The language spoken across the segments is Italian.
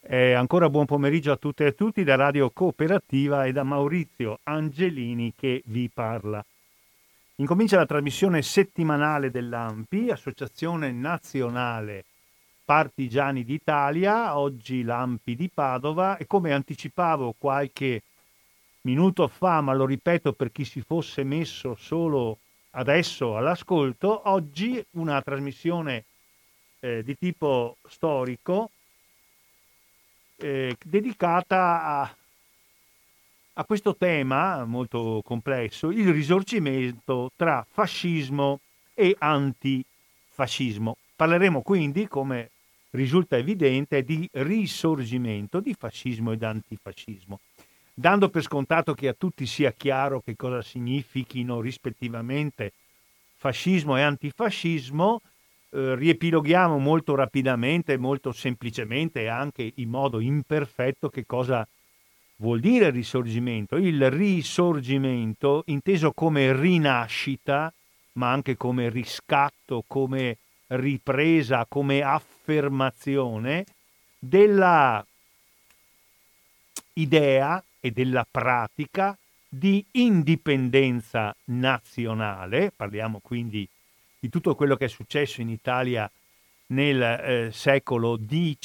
Ancora buon pomeriggio a tutte e a tutti da Radio Cooperativa e da Maurizio Angelini che vi parla. Incomincia la trasmissione settimanale dell'ANPI, Associazione Nazionale Partigiani d'Italia, oggi l'ANPI di Padova, e come anticipavo qualche minuto fa, ma lo ripeto per chi si fosse messo solo adesso all'ascolto, oggi una trasmissione di tipo storico dedicata a questo tema molto complesso, il risorgimento tra fascismo e antifascismo. Parleremo quindi, come risulta evidente, di risorgimento di fascismo ed antifascismo, dando per scontato che a tutti sia chiaro che cosa significhino rispettivamente fascismo e antifascismo. Riepiloghiamo molto rapidamente, molto semplicemente e anche in modo imperfetto che cosa vuol dire risorgimento. Il risorgimento, inteso come rinascita, ma anche come riscatto, come ripresa, come affermazione della idea e della pratica di indipendenza nazionale. Parliamo quindi di tutto quello che è successo in Italia nel secolo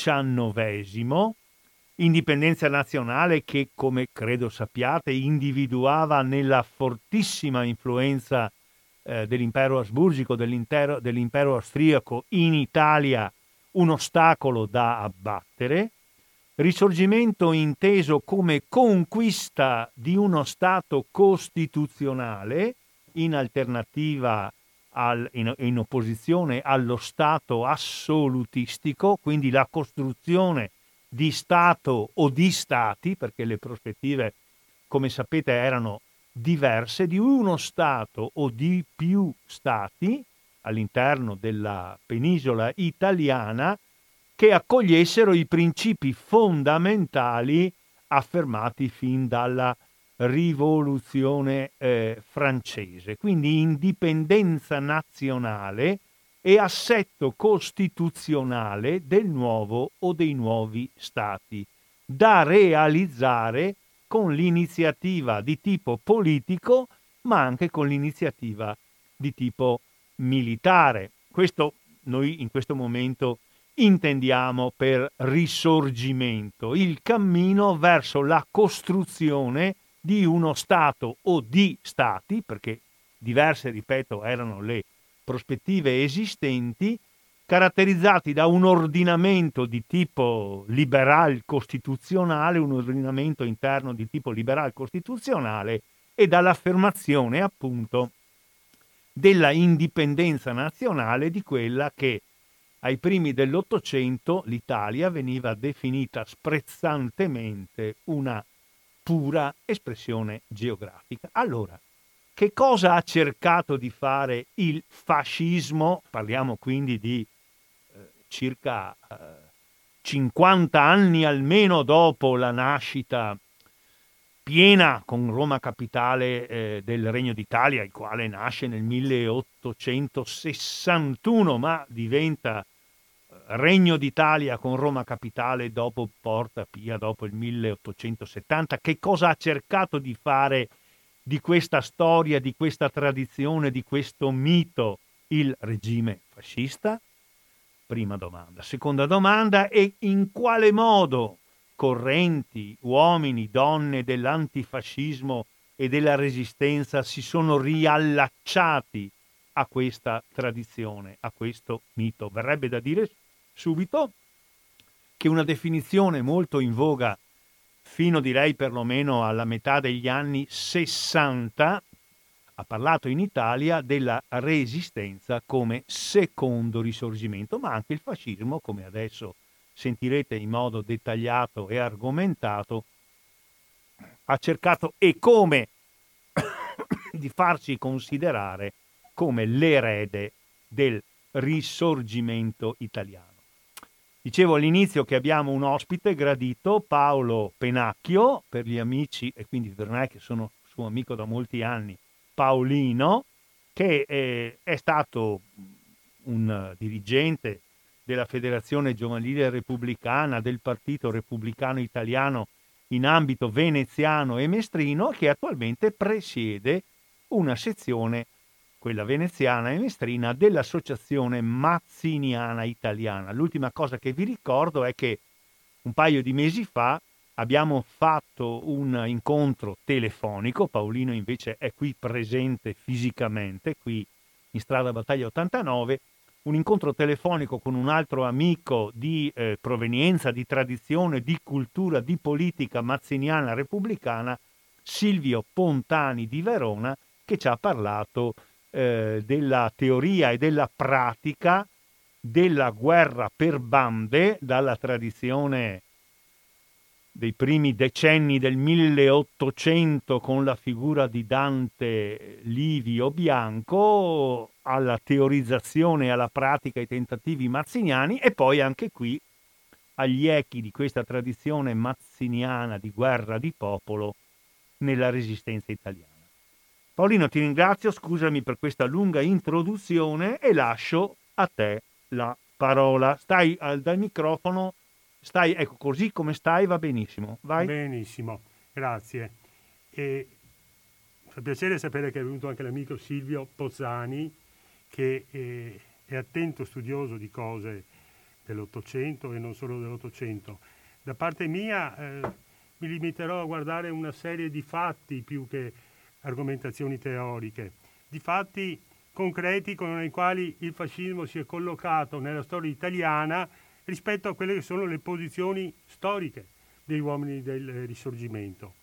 XIX, indipendenza nazionale che, come credo sappiate, individuava nella fortissima influenza dell'impero asburgico, dell'impero austriaco in Italia, un ostacolo da abbattere. Risorgimento inteso come conquista di uno Stato costituzionale in alternativa in opposizione allo Stato assolutistico, quindi la costruzione di Stato o di Stati, perché le prospettive, come sapete, erano diverse, di uno Stato o di più Stati all'interno della penisola italiana che accogliessero i principi fondamentali affermati fin dalla rivoluzione francese, quindi indipendenza nazionale e assetto costituzionale del nuovo o dei nuovi stati, da realizzare con l'iniziativa di tipo politico, ma anche con l'iniziativa di tipo militare. Questo noi in questo momento intendiamo per risorgimento, il cammino verso la costruzione di uno Stato o di Stati, perché diverse, ripeto, erano le prospettive esistenti, caratterizzati da un ordinamento di tipo liberal costituzionale, un ordinamento interno di tipo liberal costituzionale e dall'affermazione appunto della indipendenza nazionale, di quella che ai primi dell'Ottocento l'Italia veniva definita sprezzantemente una pura espressione geografica. Allora, che cosa ha cercato di fare il fascismo? Parliamo quindi di circa 50 anni almeno dopo la nascita piena con Roma capitale del Regno d'Italia, il quale nasce nel 1861, ma diventa Regno d'Italia con Roma capitale dopo Porta Pia, dopo il 1870. Che cosa ha cercato di fare di questa storia, di questa tradizione, di questo mito il regime fascista? Prima domanda. Seconda domanda, e in quale modo correnti, uomini, donne dell'antifascismo e della resistenza si sono riallacciati a questa tradizione, a questo mito? Verrebbe da dire subito che una definizione molto in voga fino direi perlomeno alla metà degli anni 60 ha parlato in Italia della resistenza come secondo risorgimento, ma anche il fascismo, come adesso sentirete in modo dettagliato e argomentato, ha cercato e come di farci considerare come l'erede del risorgimento italiano. Dicevo all'inizio che abbiamo un ospite gradito, Paolo Penacchio, per gli amici, e quindi per me che sono suo amico da molti anni, Paolino, che è stato un dirigente della Federazione Giovanile Repubblicana, del Partito Repubblicano Italiano in ambito veneziano e mestrino, che attualmente presiede una sezione, quella veneziana e mestrina, dell'Associazione Mazziniana Italiana. L'ultima cosa che vi ricordo è che un paio di mesi fa abbiamo fatto un incontro telefonico, Paolino invece è qui presente fisicamente, qui in strada Battaglia 89, un incontro telefonico con un altro amico di provenienza, di tradizione, di cultura, di politica mazziniana repubblicana, Silvio Pontani di Verona, che ci ha parlato della teoria e della pratica della guerra per bande, dalla tradizione dei primi decenni del 1800 con la figura di Dante Livio Bianco, alla teorizzazione e alla pratica ai tentativi mazziniani, e poi anche qui agli echi di questa tradizione mazziniana di guerra di popolo nella resistenza italiana. Paolino, ti ringrazio, scusami per questa lunga introduzione e lascio a te la parola. Stai dal microfono, stai, ecco, così come stai va benissimo. Vai. Benissimo, grazie. E fa piacere sapere che è venuto anche l'amico Silvio Pozzani, che è attento studioso di cose dell'Ottocento e non solo dell'Ottocento. Da parte mia mi limiterò a guardare una serie di fatti più che argomentazioni teoriche, di fatti concreti con i quali il fascismo si è collocato nella storia italiana rispetto a quelle che sono le posizioni storiche degli uomini del Risorgimento.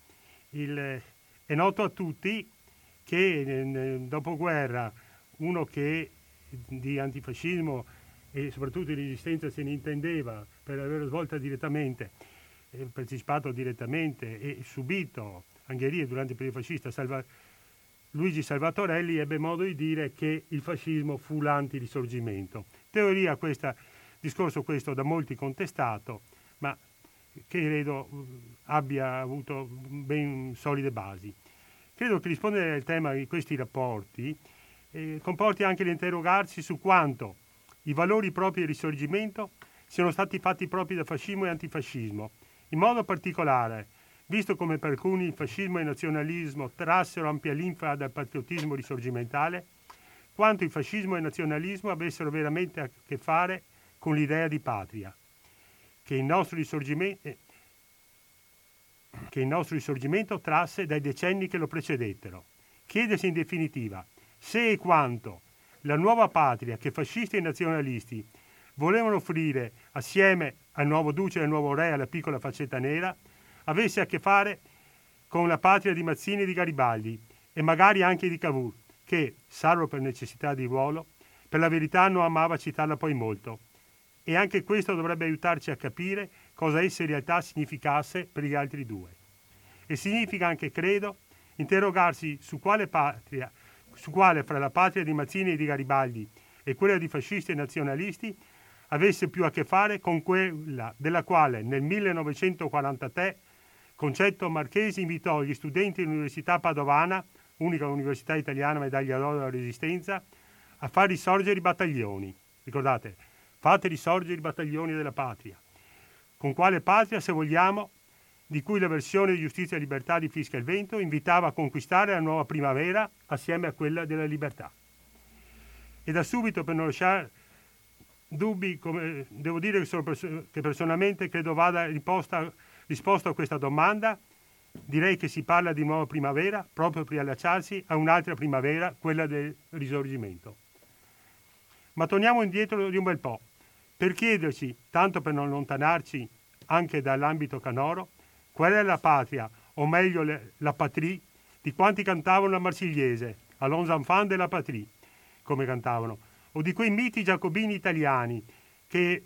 È noto a tutti che nel dopoguerra uno che di antifascismo e soprattutto di resistenza se ne intendeva per aver svolta direttamente, partecipato direttamente e subito angherie durante il periodo fascista, Luigi Salvatorelli ebbe modo di dire che il fascismo fu l'antirisorgimento. Teoria questa, discorso questo da molti contestato, ma che credo abbia avuto ben solide basi. Credo che rispondere al tema di questi rapporti comporti anche l'interrogarsi su quanto i valori propri del risorgimento siano stati fatti propri da fascismo e antifascismo. In modo particolare, visto come per alcuni il fascismo e il nazionalismo trassero ampia linfa dal patriottismo risorgimentale, quanto il fascismo e il nazionalismo avessero veramente a che fare con l'idea di patria, che il nostro risorgimento trasse dai decenni che lo precedettero. Chiedersi in definitiva se e quanto la nuova patria che fascisti e nazionalisti volevano offrire assieme al nuovo duce e al nuovo re alla piccola faccetta nera avesse a che fare con la patria di Mazzini e di Garibaldi e magari anche di Cavour, che, salvo per necessità di ruolo, per la verità non amava citarla poi molto. E anche questo dovrebbe aiutarci a capire cosa essa in realtà significasse per gli altri due. E significa anche, credo, interrogarsi su quale fra la patria di Mazzini e di Garibaldi e quella di fascisti e nazionalisti avesse più a che fare con quella della quale nel 1943 Concetto Marchesi invitò gli studenti dell'Università Padovana, unica università italiana medaglia d'oro della Resistenza, a far risorgere i battaglioni. Ricordate, fate risorgere i battaglioni della patria. Con quale patria, se vogliamo, di cui la versione di Giustizia e Libertà di Fisca il Vento invitava a conquistare la nuova primavera assieme a quella della libertà. E da subito, per non lasciare dubbi, devo dire che personalmente credo vada risposto a questa domanda, direi che si parla di nuova primavera proprio per riallacciarsi a un'altra primavera, quella del Risorgimento. Ma torniamo indietro di un bel po', per chiederci, tanto per non allontanarci anche dall'ambito canoro, qual è la patria, o meglio la patrie, di quanti cantavano la Marsigliese, Allons enfants de la patrie, come cantavano, o di quei miti giacobini italiani che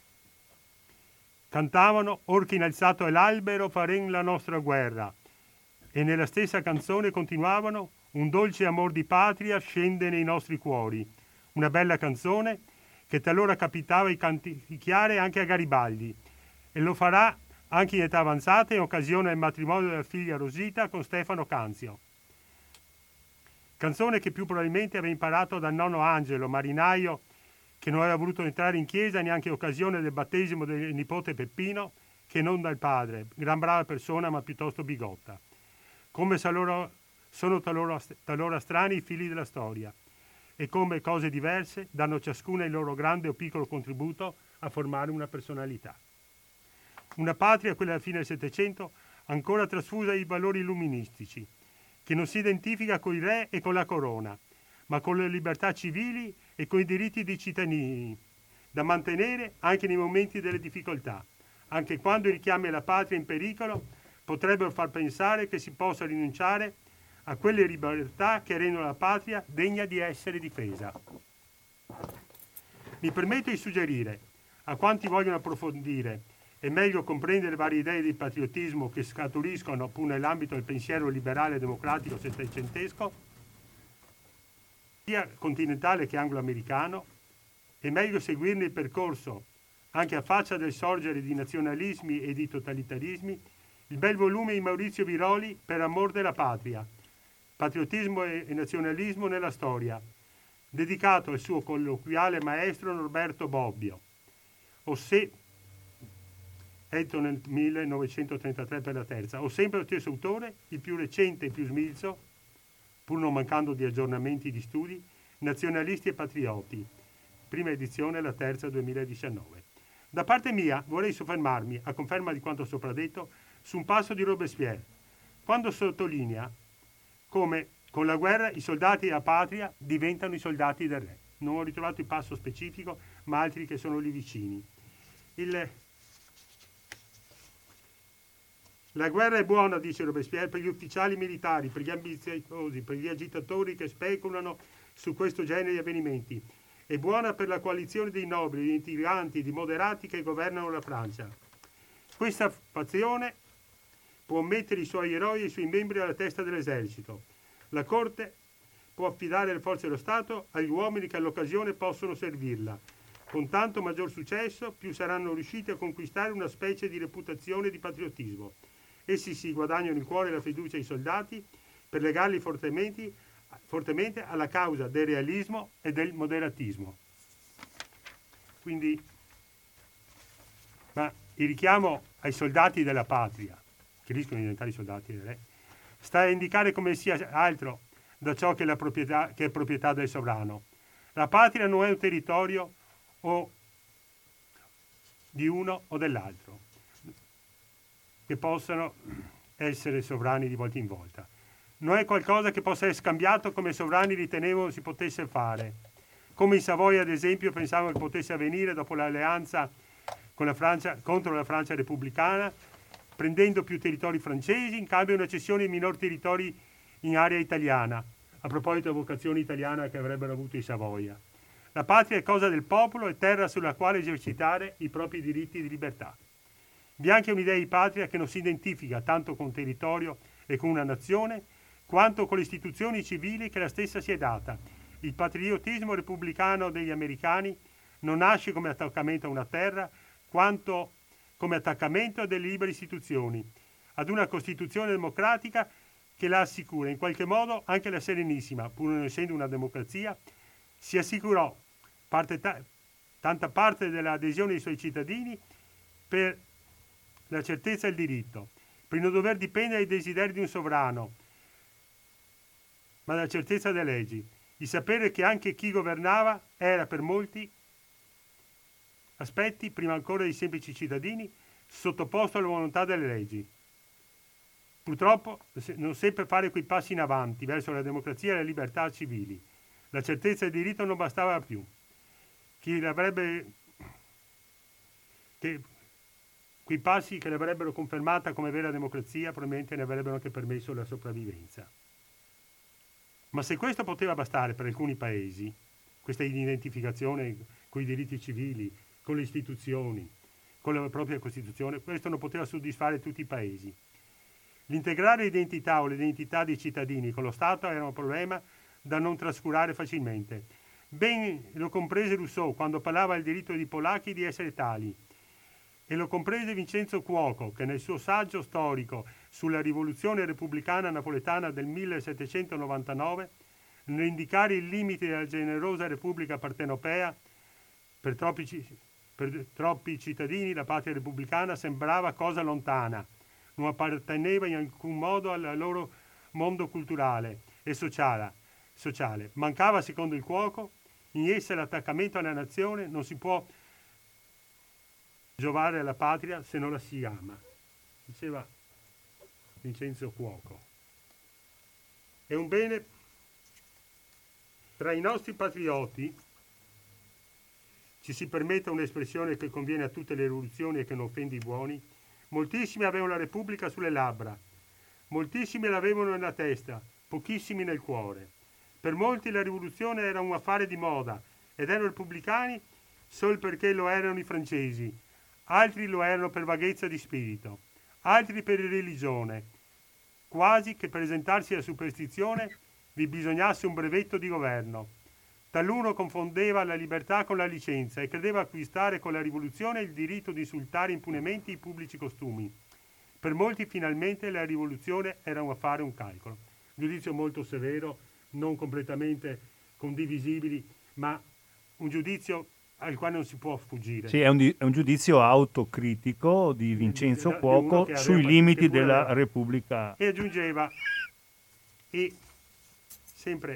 cantavano «Or che innalzato è l'albero faren la nostra guerra» e nella stessa canzone continuavano «Un dolce amor di patria scende nei nostri cuori». Una bella canzone che talora capitava di canticchiare anche a Garibaldi e lo farà anche in età avanzata in occasione del matrimonio della figlia Rosita con Stefano Canzio. Canzone che più probabilmente aveva imparato dal nonno Angelo, marinaio, che non aveva voluto entrare in chiesa neanche in occasione del battesimo del nipote Peppino, che non dal padre, gran brava persona ma piuttosto bigotta. Come sono talora strani i fili della storia e come cose diverse danno ciascuna il loro grande o piccolo contributo a formare una personalità. Una patria, quella alla fine del Settecento, ancora trasfusa di valori illuministici, che non si identifica con i re e con la corona, ma con le libertà civili e con i diritti dei cittadini, da mantenere anche nei momenti delle difficoltà, anche quando i richiami alla patria in pericolo potrebbero far pensare che si possa rinunciare a quelle libertà che rendono la patria degna di essere difesa. Mi permetto di suggerire a quanti vogliono approfondire e meglio comprendere le varie idee di patriottismo che scaturiscono pur nell'ambito del pensiero liberale e democratico settecentesco, sia continentale che anglo-americano, è meglio seguirne il percorso, anche a faccia del sorgere di nazionalismi e di totalitarismi, il bel volume di Maurizio Viroli Per amor della patria, patriottismo e nazionalismo nella storia, dedicato al suo colloquiale maestro Norberto Bobbio, edito nel 1933 per la terza, o sempre lo stesso autore, il più recente e più smilzo, pur non mancando di aggiornamenti di studi, Nazionalisti e Patrioti, prima edizione, la terza 2019. Da parte mia vorrei soffermarmi, a conferma di quanto sopra detto, su un passo di Robespierre, quando sottolinea come con la guerra i soldati della patria diventano i soldati del re. Non ho ritrovato il passo specifico, ma altri che sono lì vicini. La guerra è buona, dice Robespierre, per gli ufficiali militari, per gli ambiziosi, per gli agitatori che speculano su questo genere di avvenimenti. È buona per la coalizione dei nobili, dei tiranti e dei moderati che governano la Francia. Questa fazione può mettere i suoi eroi e i suoi membri alla testa dell'esercito. La corte può affidare le forze dello Stato agli uomini che all'occasione possono servirla. Con tanto maggior successo, più saranno riusciti a conquistare una specie di reputazione di patriottismo. Essi si guadagnano il cuore e la fiducia ai soldati per legarli fortemente alla causa del realismo e del moderatismo. Quindi, ma il richiamo ai soldati della patria, che rischiano di diventare i soldati del re, sta a indicare come sia altro da ciò che è proprietà del sovrano. La patria non è un territorio o di uno o dell'altro, che possano essere sovrani di volta in volta. Non è qualcosa che possa essere scambiato come i sovrani ritenevano si potesse fare. Come in Savoia, ad esempio, pensavano che potesse avvenire dopo l'alleanza con la Francia, contro la Francia repubblicana, prendendo più territori francesi in cambio di una cessione di minor territori in area italiana, a proposito della vocazione italiana che avrebbero avuto i Savoia. La patria è cosa del popolo e terra sulla quale esercitare i propri diritti di libertà. Vi è anche un'idea di patria che non si identifica tanto con un territorio e con una nazione, quanto con le istituzioni civili che la stessa si è data. Il patriottismo repubblicano degli americani non nasce come attaccamento a una terra, quanto come attaccamento a delle libere istituzioni, ad una Costituzione democratica che la assicura. In qualche modo anche la Serenissima, pur non essendo una democrazia, si assicurò tanta parte dell'adesione dei suoi cittadini per la certezza del diritto, per non dover dipendere dai desideri di un sovrano, ma dalla certezza delle leggi, il sapere che anche chi governava era per molti aspetti, prima ancora dei semplici cittadini, sottoposto alla volontà delle leggi. Purtroppo non seppe fare quei passi in avanti verso la democrazia e le libertà civili. La certezza del diritto non bastava più. Quei passi che l'avrebbero confermata come vera democrazia probabilmente ne avrebbero anche permesso la sopravvivenza. Ma se questo poteva bastare per alcuni paesi, questa identificazione con i diritti civili, con le istituzioni, con la propria Costituzione, questo non poteva soddisfare tutti i paesi. L'integrare l'identità o l'identità dei cittadini con lo Stato era un problema da non trascurare facilmente. Ben lo comprese Rousseau quando parlava del diritto dei polacchi di essere tali, e lo comprese Vincenzo Cuoco, che nel suo saggio storico sulla rivoluzione repubblicana napoletana del 1799, nell'indicare i limiti della generosa Repubblica partenopea, Per troppi cittadini la patria repubblicana sembrava cosa lontana, non apparteneva in alcun modo al loro mondo culturale e sociale. Mancava, secondo il cuoco, in essa l'attaccamento alla nazione, non si può giovare alla patria se non la si ama, diceva Vincenzo Cuoco. È un bene tra i nostri patrioti, ci si permetta un'espressione che conviene a tutte le rivoluzioni e che non offende i buoni, moltissimi avevano la Repubblica sulle labbra, moltissimi l'avevano nella testa, pochissimi nel cuore. Per molti la rivoluzione era un affare di moda ed erano repubblicani solo perché lo erano i francesi, altri lo erano per vaghezza di spirito, altri per religione, quasi che per presentarsi alla superstizione vi bisognasse un brevetto di governo. Taluno confondeva la libertà con la licenza e credeva acquistare con la rivoluzione il diritto di insultare impunemente i pubblici costumi. Per molti finalmente la rivoluzione era un affare, un calcolo. Giudizio molto severo, non completamente condivisibili, ma un giudizio al quale non si può sfuggire. Sì, è un giudizio autocritico di Vincenzo Cuoco sui limiti della Repubblica. E aggiungeva, e sempre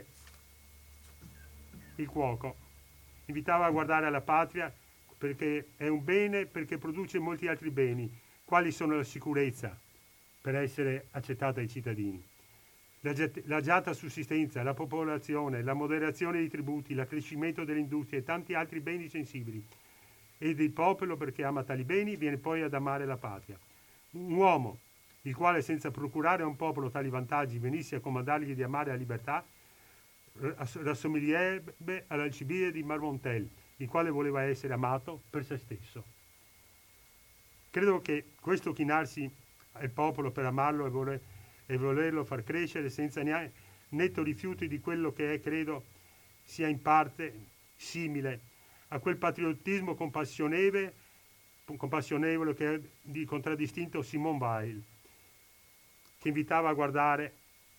il Cuoco invitava a guardare alla patria perché è un bene, perché produce molti altri beni, quali sono la sicurezza per essere accettata dai cittadini, l'agiata sussistenza, la popolazione, la moderazione dei tributi, l'accrescimento delle industrie e tanti altri beni sensibili. E del popolo, perché ama tali beni, viene poi ad amare la patria. Un uomo, il quale senza procurare a un popolo tali vantaggi venisse a comandargli di amare la libertà, rassomiglierebbe all'Alcibide di Marmontel, il quale voleva essere amato per se stesso. Credo che questo chinarsi al popolo per amarlo e volerlo far crescere senza netto rifiuto di quello che è, credo, sia in parte simile a quel patriottismo compassionevole che di contraddistinto Simone Weil, che invitava a guardare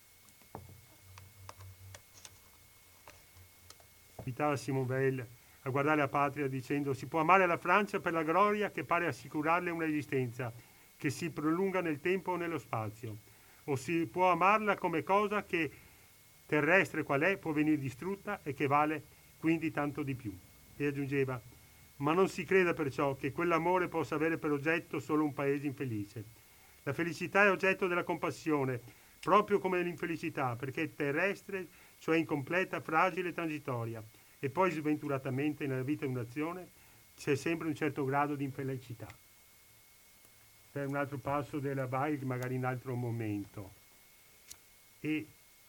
Simone Weil a guardare la patria dicendo: si può amare la Francia per la gloria che pare assicurarle un'esistenza che si prolunga nel tempo o nello spazio, o si può amarla come cosa che, terrestre qual è, può venire distrutta e che vale quindi tanto di più. E aggiungeva: ma non si creda perciò che quell'amore possa avere per oggetto solo un paese infelice. La felicità è oggetto della compassione, proprio come l'infelicità, perché è terrestre, cioè incompleta, fragile e transitoria, e poi sventuratamente nella vita di un'azione c'è sempre un certo grado di infelicità. Per un altro passo della Weil, magari in altro momento. E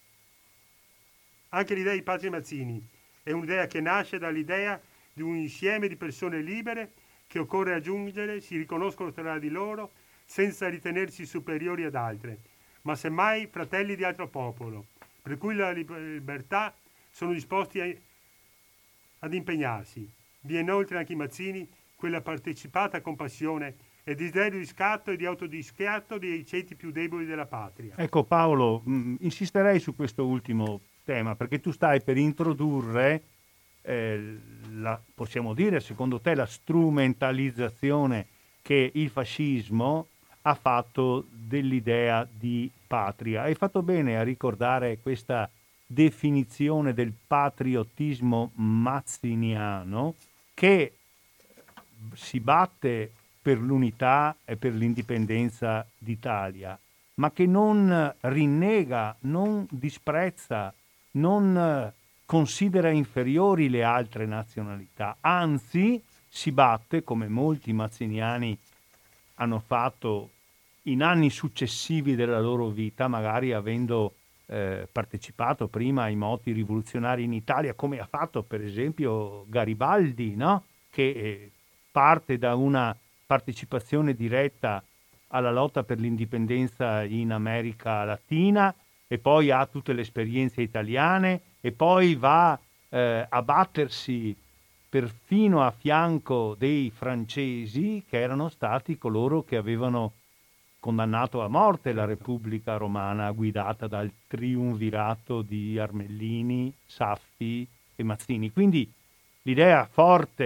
anche l'idea di Padre Mazzini è un'idea che nasce dall'idea di un insieme di persone libere che occorre aggiungere, si riconoscono tra di loro senza ritenersi superiori ad altre, ma semmai fratelli di altro popolo, per cui la libertà sono disposti ad impegnarsi. Vi è inoltre anche in Mazzini quella partecipata compassione e desiderio di scatto e di autodiscatto dei ceti più deboli della patria. Ecco Paolo, insisterei su questo ultimo tema, perché tu stai per introdurre, possiamo dire, secondo te, la strumentalizzazione che il fascismo ha fatto dell'idea di patria. Hai fatto bene a ricordare questa definizione del patriottismo mazziniano che si batte per l'unità e per l'indipendenza d'Italia, ma che non rinnega, non disprezza, non considera inferiori le altre nazionalità, anzi si batte, come molti mazziniani hanno fatto in anni successivi della loro vita, magari avendo partecipato prima ai moti rivoluzionari in Italia, come ha fatto per esempio Garibaldi, no? Che parte da una partecipazione diretta alla lotta per l'indipendenza in America Latina e poi ha tutte le esperienze italiane e poi va a battersi perfino a fianco dei francesi, che erano stati coloro che avevano condannato a morte la Repubblica Romana guidata dal triumvirato di Armellini, Saffi e Mazzini. Quindi l'idea forte,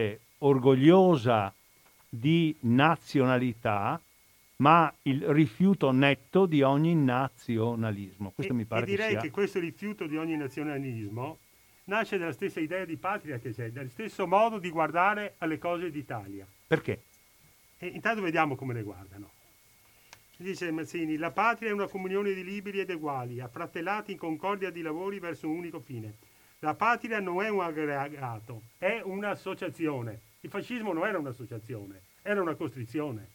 orgogliosa di nazionalità, ma il rifiuto netto di ogni nazionalismo. Questo mi pare e direi che sia... che questo rifiuto di ogni nazionalismo nasce dalla stessa idea di patria che c'è, dal stesso modo di guardare alle cose d'Italia. Perché? E intanto vediamo come le guardano. Dice Mazzini: la patria è una comunione di liberi ed uguali, affratellati in concordia di lavori verso un unico fine. La patria non è un aggregato, è un'associazione. Il fascismo non era un'associazione, era una costrizione.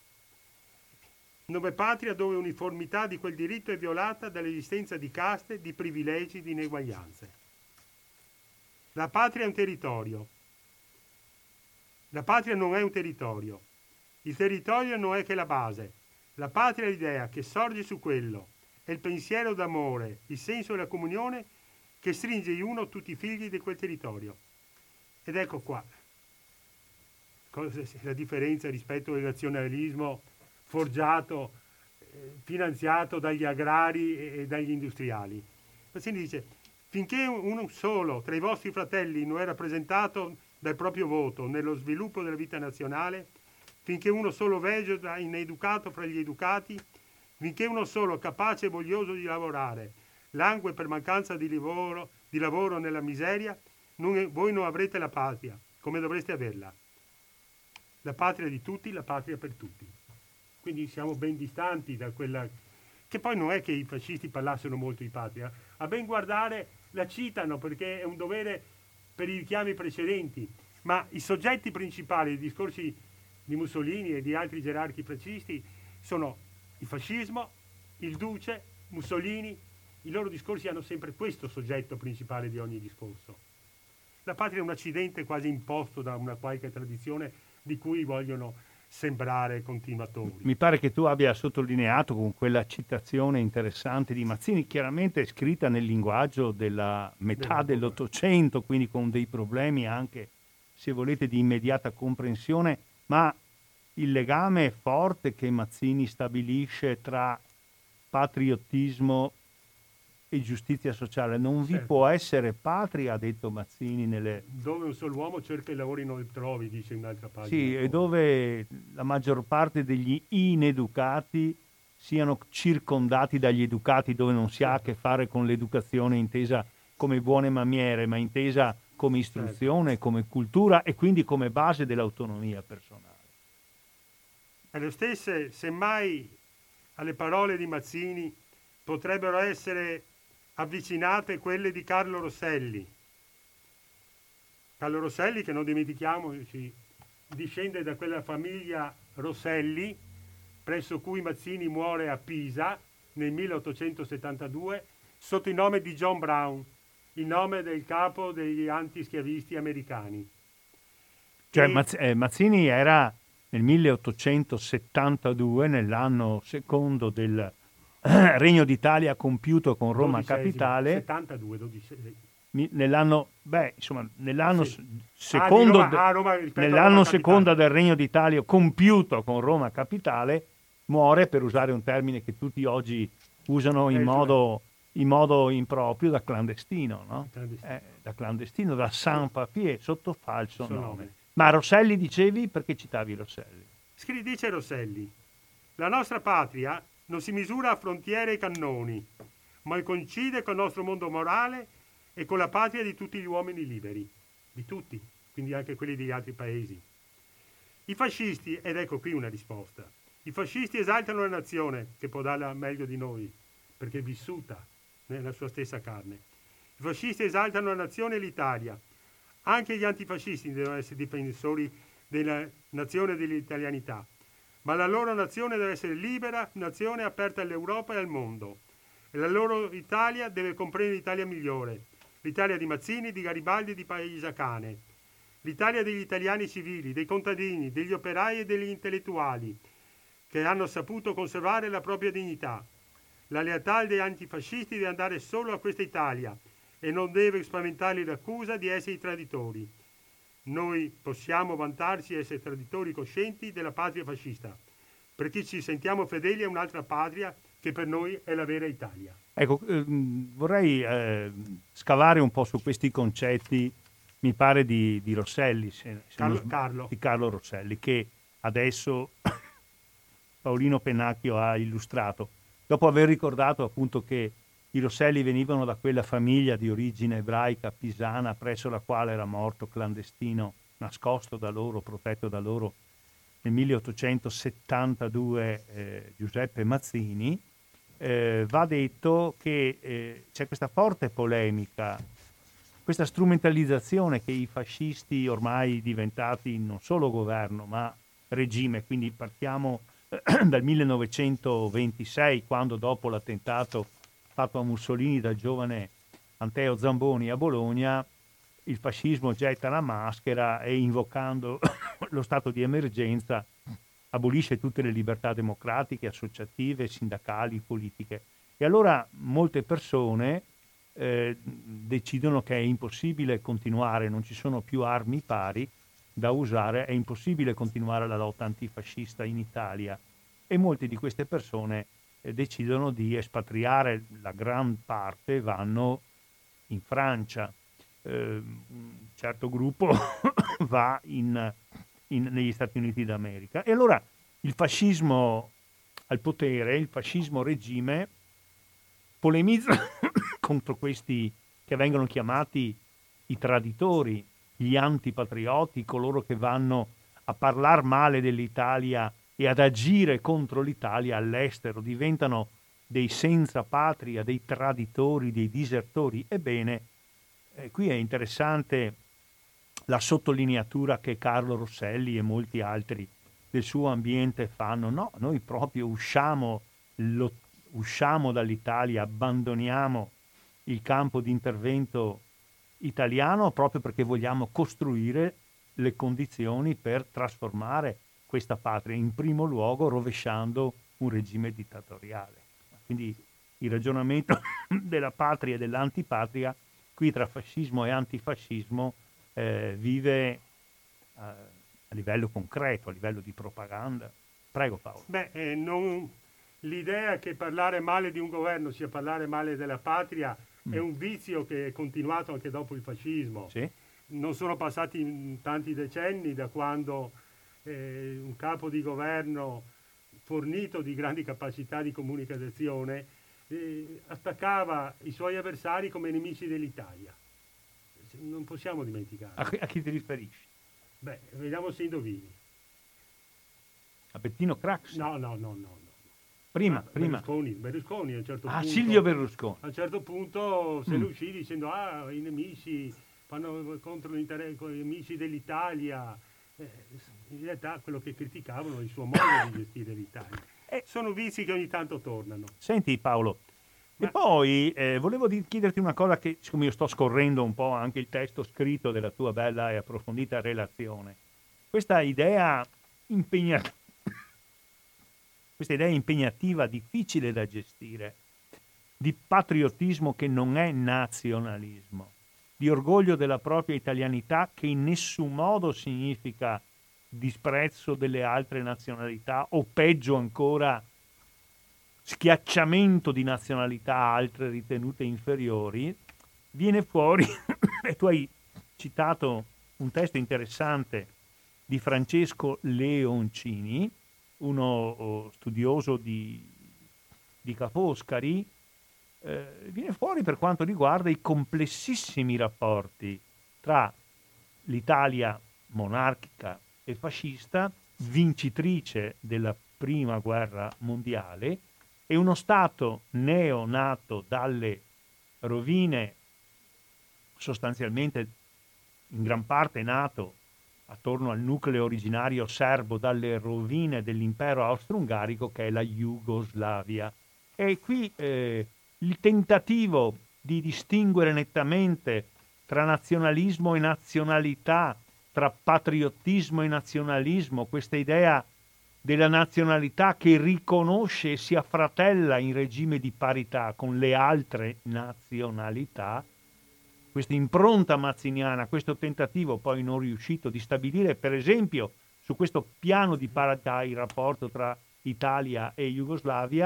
Nome patria dove uniformità di quel diritto è violata dall'esistenza di caste, di privilegi, di ineguaglianze. La patria è un territorio. La patria non è un territorio. Il territorio non è che la base. La patria è l'idea che sorge su quello. È il pensiero d'amore, il senso della comunione che stringe in uno tutti i figli di quel territorio. Ed ecco qua la differenza rispetto al nazionalismo forgiato, finanziato dagli agrari e dagli industriali. Mazzini dice: finché uno solo tra i vostri fratelli non è rappresentato dal proprio voto nello sviluppo della vita nazionale, finché uno solo vegeta ineducato fra gli educati, finché uno solo capace e voglioso di lavorare langue per mancanza di lavoro nella miseria, voi non avrete la patria come dovreste averla. La patria di tutti, la patria per tutti. Quindi siamo ben distanti da quella... Che poi non è che i fascisti parlassero molto di patria, a ben guardare la citano perché è un dovere per i richiami precedenti, ma i soggetti principali dei discorsi di Mussolini e di altri gerarchi fascisti sono il fascismo, il duce, Mussolini. I loro discorsi hanno sempre questo soggetto principale di ogni discorso. La patria è un accidente quasi imposto da una qualche tradizione di cui vogliono sembrare continuatori. Mi pare che tu abbia sottolineato con quella citazione interessante di Mazzini, chiaramente scritta nel linguaggio della metà dell'Ottocento, quindi con dei problemi anche, se volete, di immediata comprensione, ma il legame forte che Mazzini stabilisce tra patriottismo e giustizia sociale. Non vi può essere patria, ha detto Mazzini, dove un solo uomo cerca i lavori non li trovi, dice in un'altra pagina. Sì, e dove la maggior parte degli ineducati siano circondati dagli educati, dove non si ha a che fare con l'educazione intesa come buone maniere, ma intesa come istruzione, come cultura e quindi come base dell'autonomia personale. E le stesse, semmai, alle parole di Mazzini potrebbero essere avvicinate quelle di Carlo Rosselli. Carlo Rosselli, che non dimentichiamoci, discende da quella famiglia Rosselli, presso cui Mazzini muore a Pisa nel 1872, sotto il nome di John Brown, il nome del capo degli antischiavisti americani. Cioè Mazzini era nel 1872, nell'anno secondo del Regno d'Italia compiuto con Roma capitale. 72, 12. Nell'anno secondo, nell'anno secondo del Regno d'Italia compiuto con Roma capitale, muore, per usare un termine che tutti oggi usano in modo improprio, da clandestino, no? Da clandestino, da sans papier, sotto falso nome. Ma Rosselli dicevi, perché citavi Rosselli? Dice Rosselli: la nostra patria non si misura a frontiere e cannoni, ma coincide con il nostro mondo morale e con la patria di tutti gli uomini liberi, di tutti, quindi anche quelli degli altri paesi. I fascisti, ed ecco qui una risposta, i fascisti esaltano la nazione, che può darla meglio di noi, perché è vissuta nella sua stessa carne. I fascisti esaltano la nazione e l'Italia. Anche gli antifascisti devono essere difensori della nazione e dell'italianità, ma la loro nazione deve essere libera, nazione aperta all'Europa e al mondo. E la loro Italia deve comprendere l'Italia migliore, l'Italia di Mazzini, di Garibaldi e di Paisacane, l'Italia degli italiani civili, dei contadini, degli operai e degli intellettuali, che hanno saputo conservare la propria dignità. La lealtà degli antifascisti deve andare solo a questa Italia e non deve spaventarli l'accusa di essere traditori. Noi possiamo vantarci di essere traditori coscienti della patria fascista, perché ci sentiamo fedeli a un'altra patria che per noi è la vera Italia. Ecco, vorrei scavare un po' su questi concetti mi pare di Rosselli, Carlo. di Carlo Rosselli, che adesso Paolino Pennacchio ha illustrato, dopo aver ricordato appunto che i Rosselli venivano da quella famiglia di origine ebraica pisana presso la quale era morto clandestino, nascosto da loro, protetto da loro nel 1872 Giuseppe Mazzini. Va detto che c'è questa forte polemica, questa strumentalizzazione che i fascisti, ormai diventati non solo governo ma regime, quindi partiamo dal 1926, quando dopo l'attentato fatto a Mussolini dal giovane Anteo Zamboni a Bologna, il fascismo getta la maschera e, invocando lo stato di emergenza, abolisce tutte le libertà democratiche, associative, sindacali, politiche. E allora molte persone decidono che è impossibile continuare, non ci sono più armi pari da usare, è impossibile continuare la lotta antifascista in Italia, e molte di queste persone decidono di espatriare, la gran parte vanno in Francia, un certo gruppo va negli Stati Uniti d'America. E allora il fascismo al potere, il fascismo regime, polemizza contro questi che vengono chiamati i traditori, gli antipatrioti, coloro che vanno a parlare male dell'Italia e ad agire contro l'Italia all'estero, diventano dei senza patria, dei traditori, dei disertori. Ebbene, qui è interessante la sottolineatura che Carlo Rosselli e molti altri del suo ambiente fanno. No, noi proprio usciamo dall'Italia, abbandoniamo il campo di intervento italiano proprio perché vogliamo costruire le condizioni per trasformare questa patria, in primo luogo rovesciando un regime dittatoriale. Quindi il ragionamento della patria e dell'antipatria qui tra fascismo e antifascismo vive a livello concreto, a livello di propaganda. Prego Paolo. L'idea che parlare male di un governo sia parlare male della patria è un vizio che è continuato anche dopo il fascismo. Sì. Non sono passati tanti decenni da quando un capo di governo fornito di grandi capacità di comunicazione attaccava i suoi avversari come nemici dell'Italia. Non possiamo dimenticare. A chi ti riferisci? Vediamo se indovini. A Bettino Craxi? No. Prima. Berlusconi a un certo punto. Silvio Berlusconi. A un certo punto se ne uscì dicendo i nemici fanno contro i nemici dell'Italia. In realtà quello che criticavano è il suo modo di gestire l'Italia. Sono vizi che ogni tanto tornano. Senti Paolo, e poi volevo chiederti una cosa, che siccome io sto scorrendo un po' anche il testo scritto della tua bella e approfondita relazione, questa idea impegnativa, difficile da gestire, di patriottismo che non è nazionalismo, di orgoglio della propria italianità che in nessun modo significa disprezzo delle altre nazionalità o peggio ancora schiacciamento di nazionalità altre ritenute inferiori, viene fuori e tu hai citato un testo interessante di Francesco Leoncini, uno studioso di Ca' Foscari, viene fuori per quanto riguarda i complessissimi rapporti tra l'Italia monarchica e fascista, vincitrice della prima guerra mondiale, e uno Stato neonato dalle rovine, sostanzialmente in gran parte nato attorno al nucleo originario serbo, dalle rovine dell'impero austro-ungarico, che è la Jugoslavia. E qui il tentativo di distinguere nettamente tra nazionalismo e nazionalità, tra patriottismo e nazionalismo, questa idea della nazionalità che riconosce e si affratella in regime di parità con le altre nazionalità, questa impronta mazziniana, questo tentativo poi non riuscito di stabilire, per esempio, su questo piano di parità il rapporto tra Italia e Jugoslavia,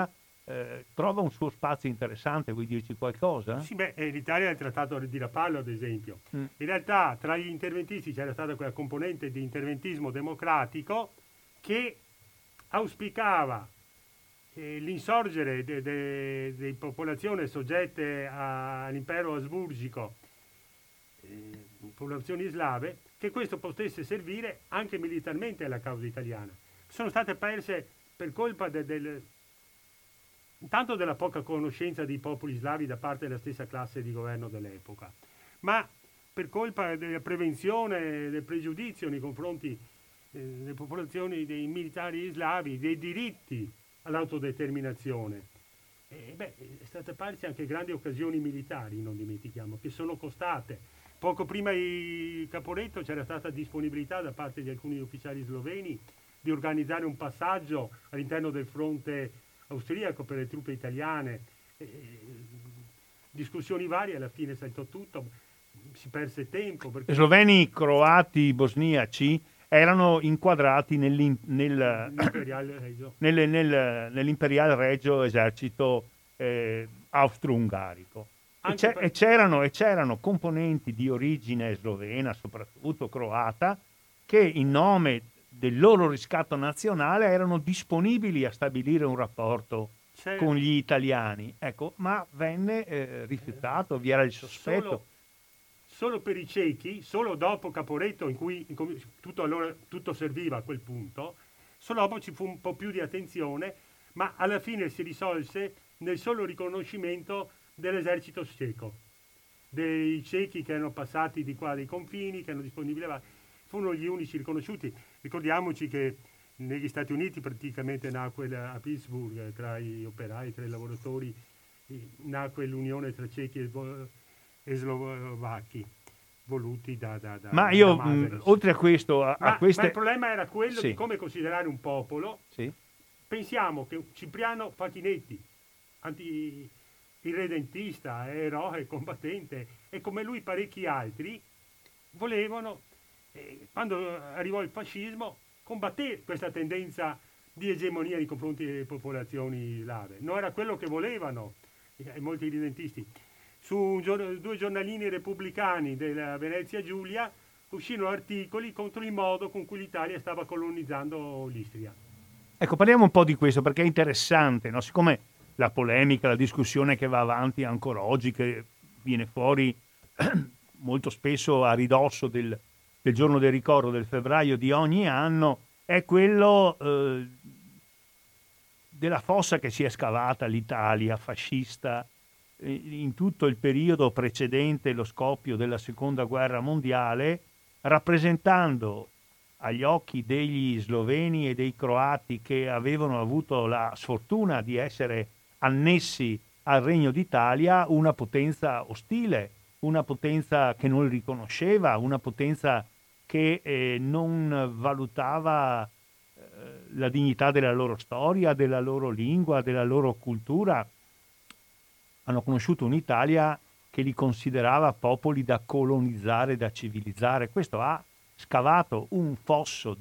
trova un suo spazio interessante. Vuoi dirci qualcosa? Sì, l'Italia è il trattato di Rapallo, ad esempio. In realtà tra gli interventisti c'era stata quella componente di interventismo democratico che auspicava l'insorgere di popolazioni soggette all'impero asburgico, popolazioni slave, che questo potesse servire anche militarmente alla causa italiana. Sono state perse per colpa intanto della poca conoscenza dei popoli slavi da parte della stessa classe di governo dell'epoca, ma per colpa della prevenzione del pregiudizio nei confronti delle popolazioni dei militari slavi, dei diritti all'autodeterminazione. È state perse anche grandi occasioni militari, non dimentichiamo, che sono costate. Poco prima di Caporetto c'era stata disponibilità da parte di alcuni ufficiali sloveni di organizzare un passaggio all'interno del fronte austriaco per le truppe italiane, discussioni varie, alla fine saltò tutto, si perse tempo. Perché Sloveni, croati, bosniaci erano inquadrati nell'imperiale regio esercito austro-ungarico. E c'erano componenti di origine slovena, soprattutto croata, che in nome del loro riscatto nazionale erano disponibili a stabilire un rapporto con gli italiani. Ecco, ma venne rifiutato, vi era il sospetto. Solo per i cechi, solo dopo Caporetto, in cui tutto serviva a quel punto, solo dopo ci fu un po' più di attenzione, ma alla fine si risolse nel solo riconoscimento dell'esercito ceco, dei cechi che erano passati di qua dei confini, che erano disponibili, furono gli unici riconosciuti. Ricordiamoci che negli Stati Uniti praticamente nacque a Pittsburgh, tra gli operai, tra i lavoratori, nacque l'unione tra cechi e slovacchi, voluti da ma io oltre a questo ma il problema era quello di come considerare un popolo. Pensiamo che Cipriano Facchinetti, irredentista, eroe, combattente, e come lui parecchi altri volevano, quando arrivò il fascismo, combattere questa tendenza di egemonia nei confronti delle popolazioni slave. Non era quello che volevano molti irredentisti. Su due giornalini repubblicani della Venezia Giulia uscirono articoli contro il modo con cui l'Italia stava colonizzando l'Istria. Ecco, parliamo un po' di questo perché è interessante, no? Siccome la polemica, la discussione che va avanti ancora oggi, che viene fuori molto spesso a ridosso del giorno del ricordo del febbraio di ogni anno, è quello della fossa che si è scavata l'Italia fascista in tutto il periodo precedente lo scoppio della seconda guerra mondiale, rappresentando agli occhi degli sloveni e dei croati che avevano avuto la sfortuna di essere annessi al Regno d'Italia una potenza ostile, una potenza che non riconosceva, una potenza che non valutava la dignità della loro storia, della loro lingua, della loro cultura. Hanno conosciuto un'Italia che li considerava popoli da colonizzare, da civilizzare. Questo ha scavato un fossato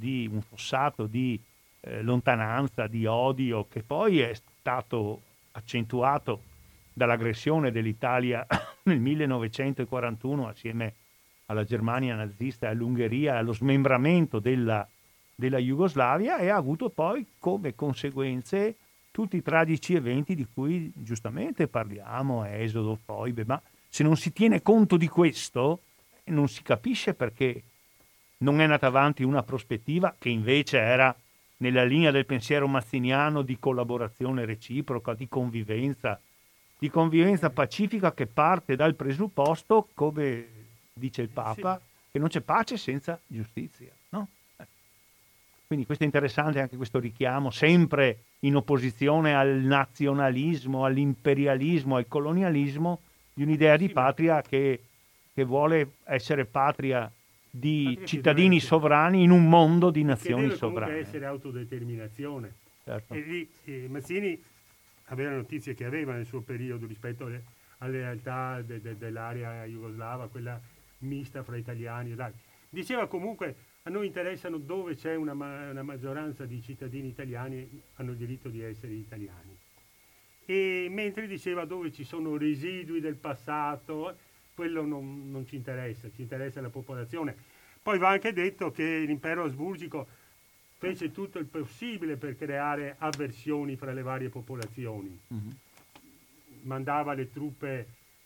di lontananza, di odio, che poi è stato accentuato dall'aggressione dell'Italia nel 1941 assieme alla Germania nazista e all'Ungheria, allo smembramento della Jugoslavia, e ha avuto poi come conseguenze tutti i tragici eventi di cui giustamente parliamo, Esodo, foibe, ma se non si tiene conto di questo non si capisce perché non è nata avanti una prospettiva che invece era nella linea del pensiero mazziniano di collaborazione reciproca, di convivenza pacifica, che parte dal presupposto, come dice il Papa, che non c'è pace senza giustizia, no? Quindi questo è interessante, anche questo richiamo, sempre in opposizione al nazionalismo, all'imperialismo, al colonialismo, di un'idea di patria che vuole essere patria di cittadini sovrani in un mondo di nazioni sovrane. Deve essere autodeterminazione. Certo. E lì Mazzini aveva notizie che aveva nel suo periodo rispetto alle realtà dell'area jugoslava, quella mista fra italiani e altri. Diceva comunque: a noi interessano dove c'è una maggioranza di cittadini italiani, hanno il diritto di essere italiani. e mentre diceva dove ci sono residui del passato, quello non ci interessa la popolazione. Poi va anche detto che l'impero asburgico fece tutto il possibile per creare avversioni fra le varie popolazioni. Mhm. Mandava le truppe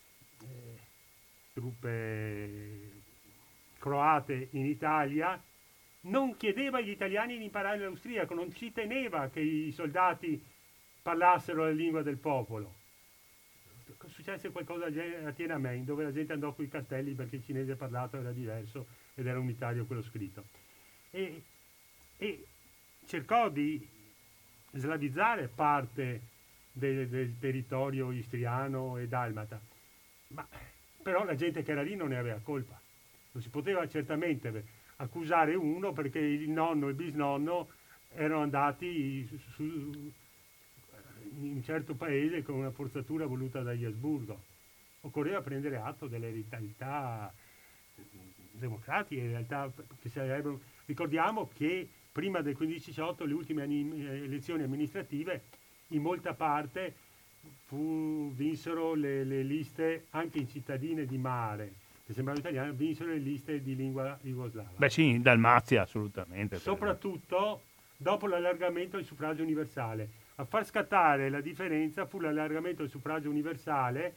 croate in Italia, non chiedeva agli italiani di imparare l'austriaco, non ci teneva che i soldati parlassero la lingua del popolo. Successe qualcosa a Tiananmen, dove la gente andò con i cartelli perché il cinese parlato era diverso ed era unitario quello scritto. E cercò di slavizzare parte del territorio istriano e dalmata, ma però la gente che era lì non ne aveva colpa. Non si poteva certamente accusare uno perché il nonno e il bisnonno erano andati in un certo paese con una forzatura voluta dagli Asburgo. Occorreva prendere atto delle realtà democratiche, realtà che sarebbero. Ricordiamo che prima del 15-18, le ultime elezioni amministrative, in molta parte vinsero le liste, anche in cittadine di mare, che sembravano italiane, vinsero le liste di lingua jugoslava. Beh sì, in Dalmazia assolutamente. Soprattutto dopo l'allargamento del suffragio universale. A far scattare la differenza fu l'allargamento del suffragio universale,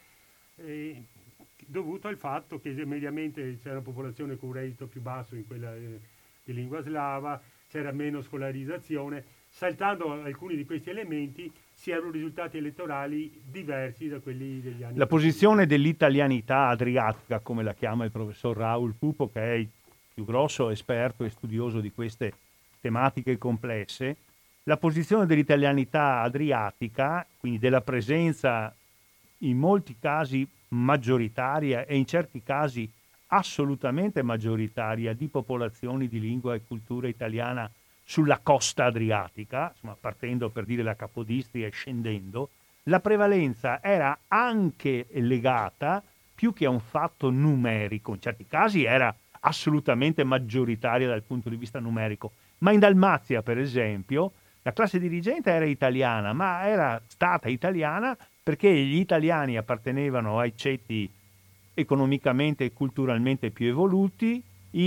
dovuto al fatto che mediamente c'era una popolazione con un reddito più basso in quella di lingua slava, c'era meno scolarizzazione. Saltando alcuni di questi elementi si erano risultati elettorali diversi da quelli degli anni. La posizione dell'italianità adriatica, come la chiama il professor Raul Pupo, che è il più grosso esperto e studioso di queste tematiche complesse, la posizione dell'italianità adriatica, quindi della presenza in molti casi maggioritaria e in certi casi assolutamente maggioritaria di popolazioni di lingua e cultura italiana sulla costa adriatica, insomma, partendo per dire da Capodistria e scendendo, la prevalenza era anche legata più che a un fatto numerico, in certi casi era assolutamente maggioritaria dal punto di vista numerico, ma in Dalmazia, per esempio, la classe dirigente era italiana, ma era stata italiana perché gli italiani appartenevano ai ceti economicamente e culturalmente più evoluti,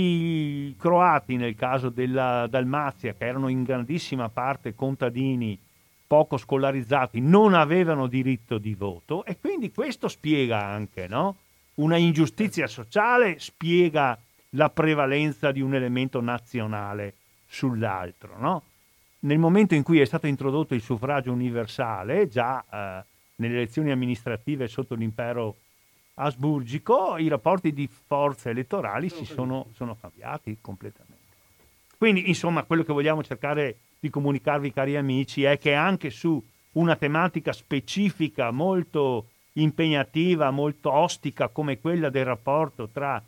i croati nel caso della Dalmazia, che erano in grandissima parte contadini poco scolarizzati, non avevano diritto di voto, e quindi questo spiega anche, no? Una ingiustizia sociale, spiega la prevalenza di un elemento nazionale sull'altro, no? Nel momento in cui è stato introdotto il suffragio universale, già nelle elezioni amministrative sotto l'impero asburgico, i rapporti di forze elettorali sono cambiati completamente. Quindi, insomma, quello che vogliamo cercare di comunicarvi, cari amici, è che anche su una tematica specifica molto impegnativa, molto ostica, come quella del rapporto tra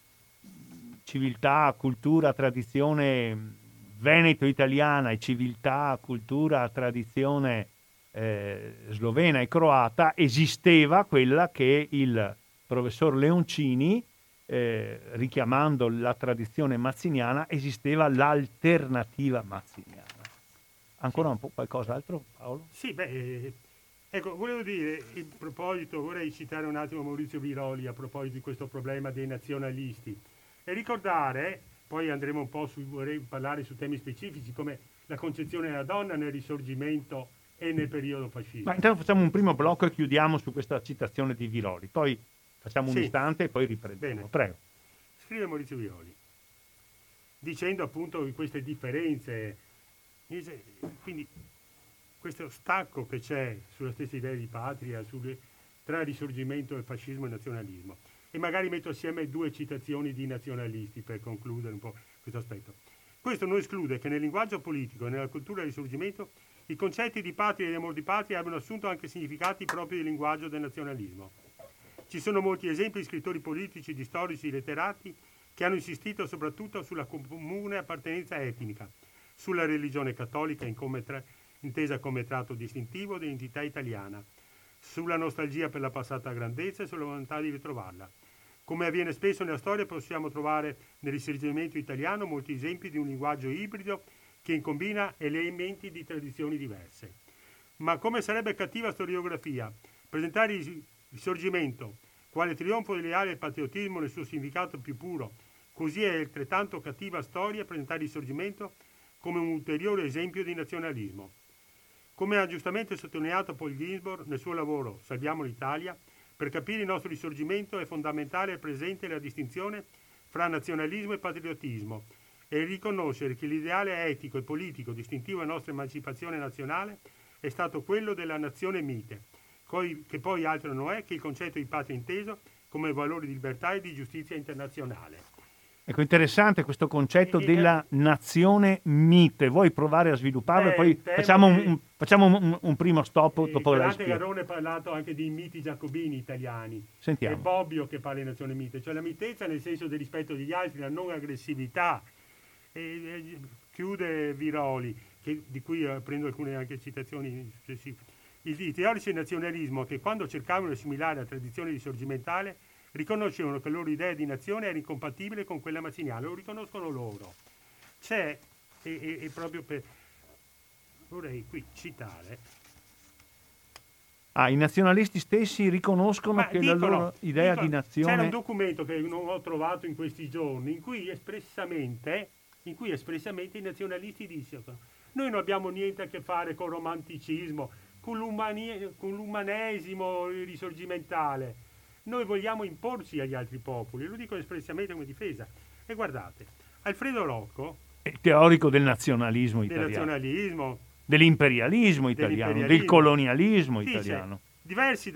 civiltà, cultura, tradizione veneto-italiana e civiltà, cultura, tradizione slovena e croata, esisteva quella che il professor Leoncini, richiamando la tradizione mazziniana, esisteva l'alternativa mazziniana. Ancora un po' qualcos'altro, Paolo? Sì, ecco, volevo dire, in proposito, vorrei citare un attimo Maurizio Viroli a proposito di questo problema dei nazionalisti e ricordare, poi andremo un po' vorrei parlare su temi specifici come la concezione della donna nel Risorgimento e nel periodo fascista. Ma intanto facciamo un primo blocco e chiudiamo su questa citazione di Viroli, poi facciamo un istante e poi riprendiamo. Bene. Prego. Scrive Maurizio Viroli, dicendo appunto di queste differenze, quindi questo stacco che c'è sulla stessa idea di patria, tra risorgimento e fascismo e nazionalismo. E magari metto assieme due citazioni di nazionalisti per concludere un po' questo aspetto. Questo non esclude che nel linguaggio politico e nella cultura del risorgimento i concetti di patria e di amor di patria abbiano assunto anche significati propri del linguaggio del nazionalismo. Ci sono molti esempi di scrittori politici, di storici, di letterati che hanno insistito soprattutto sulla comune appartenenza etnica, sulla religione cattolica intesa come tratto distintivo dell'identità italiana, sulla nostalgia per la passata grandezza e sulla volontà di ritrovarla. Come avviene spesso nella storia, possiamo trovare nel risorgimento italiano molti esempi di un linguaggio ibrido che combina elementi di tradizioni diverse. Ma come sarebbe cattiva storiografia presentare il Risorgimento quale trionfo dell'ideale del patriottismo nel suo significato più puro, così è altrettanto cattiva storia presentare il Risorgimento come un ulteriore esempio di nazionalismo. Come ha giustamente sottolineato Paul Ginsborg nel suo lavoro Salviamo l'Italia, per capire il nostro Risorgimento è fondamentale e presente la distinzione fra nazionalismo e patriottismo e riconoscere che l'ideale etico e politico distintivo della nostra emancipazione nazionale è stato quello della nazione mite, che poi altro non è che il concetto di patria inteso come valore di libertà e di giustizia internazionale. Ecco, interessante questo concetto della nazione mite. Vuoi provare a svilupparlo? Poi facciamo un primo stop dopo la Dante Garrone ha parlato anche di miti giacobini italiani. Sentiamo. È Bobbio che parla di nazione mite, cioè la mitezza nel senso del rispetto degli altri, la non aggressività. Chiude Viroli, di cui prendo alcune anche citazioni successive. I teorici del nazionalismo, che quando cercavano di assimilare la tradizione risorgimentale, riconoscevano che la loro idea di nazione era incompatibile con quella mazziniana, lo riconoscono loro. C'è, e proprio per... vorrei qui citare... I nazionalisti stessi riconoscono che la loro idea di nazione... C'era un documento che non ho trovato in questi giorni, in cui espressamente i nazionalisti dicevano: noi non abbiamo niente a che fare con il romanticismo, con l'umanesimo risorgimentale. Noi vogliamo imporci agli altri popoli, lo dico espressamente come difesa. E guardate, Alfredo Rocco, teorico del nazionalismo italiano, dell'imperialismo italiano, del colonialismo italiano. Diversi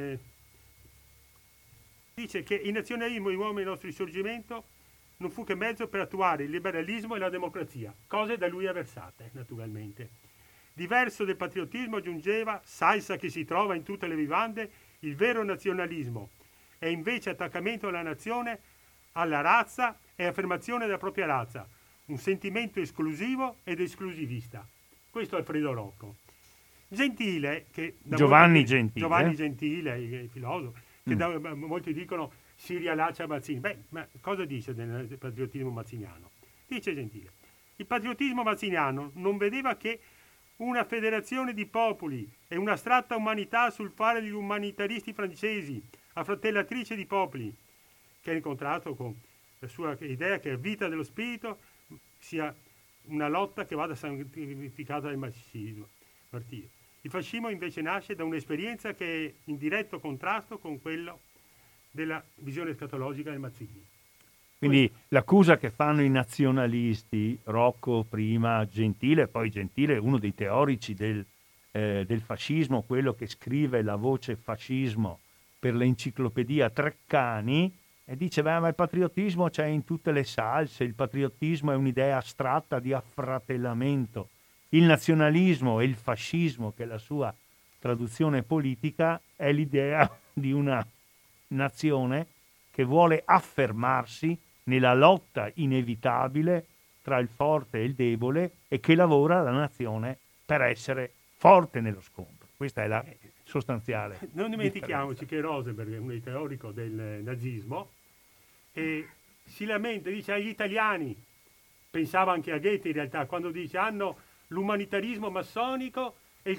dice che il nazionalismo di uomo del nostro risorgimento non fu che mezzo per attuare il liberalismo e la democrazia, cose da lui avversate, naturalmente. Diverso del patriottismo, aggiungeva, salsa che si trova in tutte le vivande, il vero nazionalismo è invece attaccamento alla nazione, alla razza e affermazione della propria razza, un sentimento esclusivo ed esclusivista. Questo è Alfredo Rocco. Gentile, che Giovanni Gentile, il filosofo, che molti dicono si riallaccia a Mazzini. Ma cosa dice del patriottismo mazziniano? Dice Gentile: il patriottismo mazziniano non vedeva che una federazione di popoli e un'astratta umanità sul fare degli umanitaristi francesi, affratellatrice di popoli, che è in contrasto con la sua idea che la vita dello spirito sia una lotta che vada santificata dal martirio. Il fascismo invece nasce da un'esperienza che è in diretto contrasto con quello della visione escatologica del Mazzini. Quindi l'accusa che fanno i nazionalisti, Rocco prima, Gentile, poi Gentile è uno dei teorici del fascismo, quello che scrive la voce fascismo per l'enciclopedia Treccani, e dice: ma il patriottismo c'è in tutte le salse, il patriottismo è un'idea astratta di affratellamento. Il nazionalismo e il fascismo, che è la sua traduzione politica, è l'idea di una nazione che vuole affermarsi nella lotta inevitabile tra il forte e il debole e che lavora la nazione per essere forte nello scontro. Questa è la sostanziale. Non dimentichiamoci che Rosenberg è un teorico del nazismo e si lamenta, dice agli italiani, pensava anche a Goethe in realtà, quando dice hanno l'umanitarismo massonico e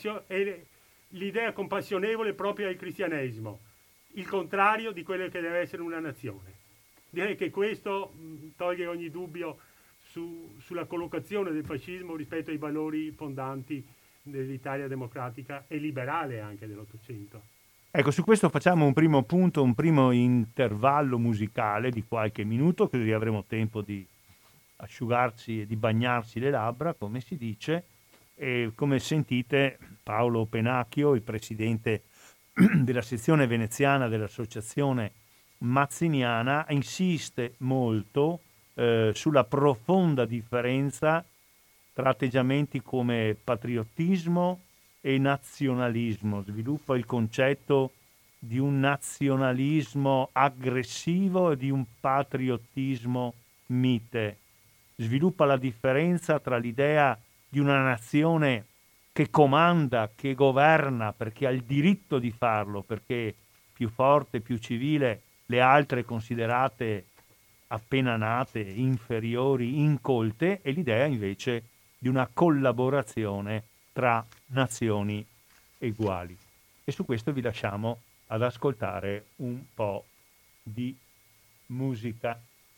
l'idea compassionevole propria del cristianesimo, il contrario di quello che deve essere una nazione. Direi che questo toglie ogni dubbio sulla collocazione del fascismo rispetto ai valori fondanti dell'Italia democratica e liberale anche dell'Ottocento. Ecco, su questo facciamo un primo punto, un primo intervallo musicale di qualche minuto, così avremo tempo di asciugarci e di bagnarsi le labbra, come si dice, e come sentite Paolo Penacchio, il presidente della sezione veneziana dell'associazione mazziniana, insiste molto sulla profonda differenza tra atteggiamenti come patriottismo e nazionalismo. Sviluppa il concetto di un nazionalismo aggressivo e di un patriottismo mite. Sviluppa la differenza tra l'idea di una nazione che comanda, che governa, perché ha il diritto di farlo, perché più forte, più civile, le altre considerate appena nate, inferiori, incolte, e l'idea invece di una collaborazione tra nazioni uguali. E su questo vi lasciamo ad ascoltare un po' di musica.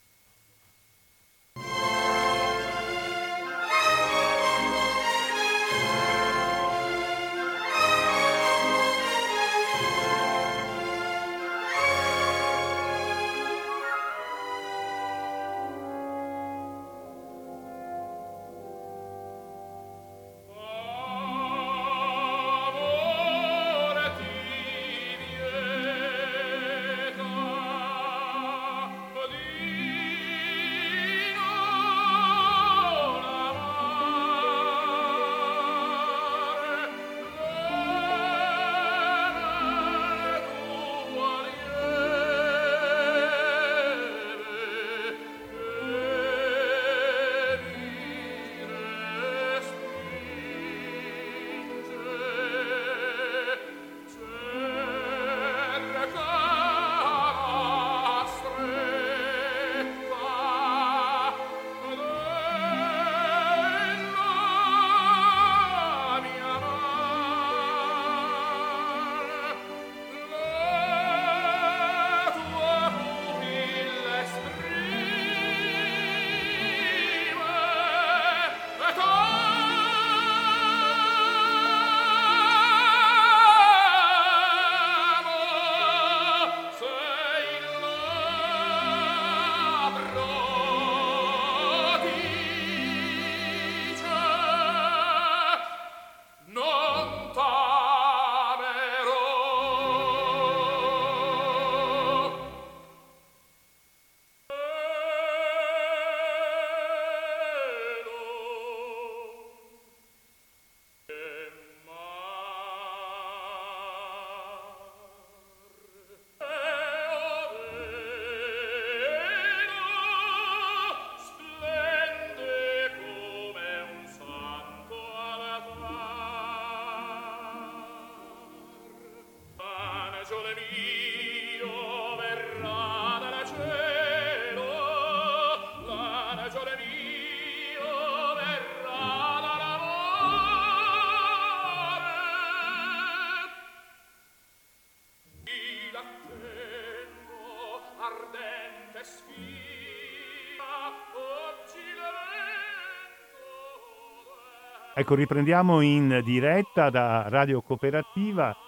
Ecco, riprendiamo in diretta da Radio Cooperativa.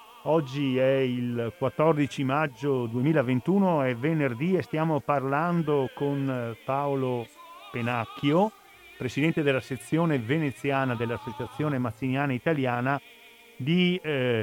Oggi è il 14 maggio 2021, è venerdì e stiamo parlando con Paolo Penacchio, presidente della sezione veneziana dell'Associazione Mazziniana Italiana, di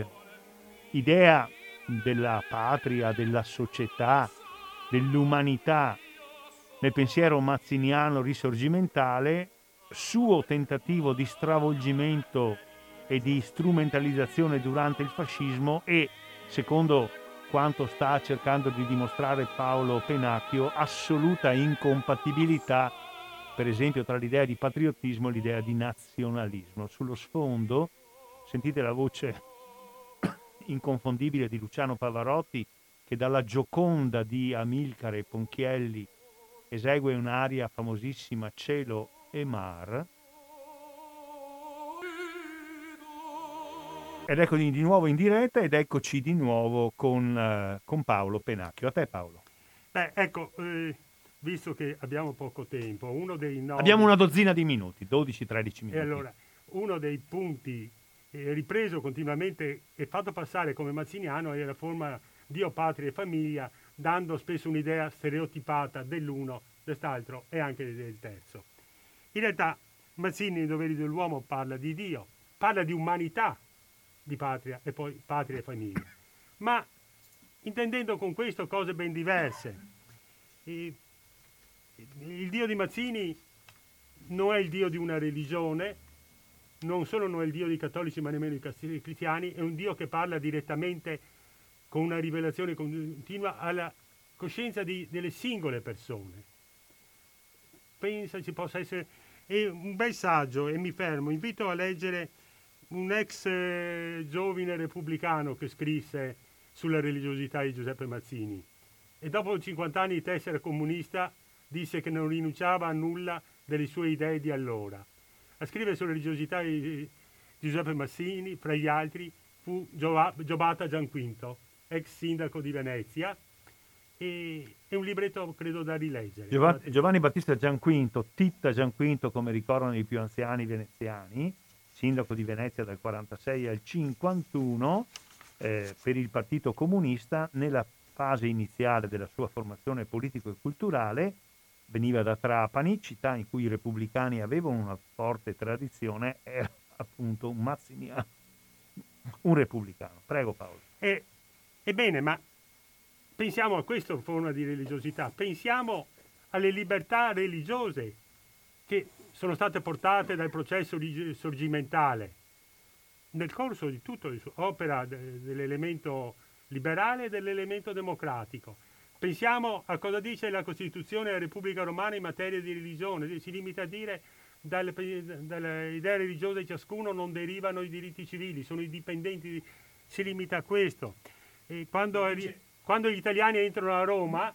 idea della patria, della società, dell'umanità nel pensiero mazziniano risorgimentale, suo tentativo di stravolgimento e di strumentalizzazione durante il fascismo e, secondo quanto sta cercando di dimostrare Paolo Penacchio, assoluta incompatibilità, per esempio, tra l'idea di patriottismo e l'idea di nazionalismo. Sullo sfondo sentite la voce inconfondibile di Luciano Pavarotti, che dalla Gioconda di Amilcare Ponchielli esegue un'aria famosissima, Cielo e Mar. Ed eccoci di nuovo in diretta ed eccoci di nuovo con Paolo Penacchio. A te, Paolo. Ecco, visto che abbiamo poco tempo, uno dei nodi... Abbiamo una dozzina di minuti, 12-13 minuti. E allora, uno dei punti ripreso continuamente e fatto passare come mazziniano è la forma Dio, patria e famiglia, dando spesso un'idea stereotipata dell'uno, dell'altro e anche del terzo. In realtà Mazzini nei Doveri dell'uomo parla di Dio, parla di umanità, di patria e poi patria e famiglia, ma intendendo con questo cose ben diverse. Il Dio di Mazzini non è il Dio di una religione, non solo non è il Dio dei cattolici ma nemmeno dei cristiani, è un Dio che parla direttamente con una rivelazione continua alla coscienza delle singole persone. Pensa ci possa essere un bel saggio, e mi fermo, invito a leggere un ex giovane repubblicano che scrisse sulla religiosità di Giuseppe Mazzini e dopo 50 anni di tessera comunista disse che non rinunciava a nulla delle sue idee di allora. A scrivere sulla religiosità di Giuseppe Massini, fra gli altri, fu Giobata Gianquinto, ex sindaco di Venezia, e è un libretto credo da rileggere. Giovanni Battista Gianquinto, Titta Gianquinto come ricordano i più anziani veneziani, sindaco di Venezia dal 46 al 51, per il Partito Comunista. Nella fase iniziale della sua formazione politico e culturale veniva da Trapani, città in cui i repubblicani avevano una forte tradizione, era appunto un mazziniano, un repubblicano. Prego Paolo. Ebbene, ma pensiamo a questa forma di religiosità, pensiamo alle libertà religiose che sono state portate dal processo sorgimentale nel corso di tutta l'opera dell'elemento liberale e dell'elemento democratico. Pensiamo a cosa dice la Costituzione della Repubblica Romana in materia di religione. Si limita a dire dalle idee religiose di ciascuno non derivano i diritti civili, sono i dipendenti, si limita a questo. E quando gli italiani entrano a Roma,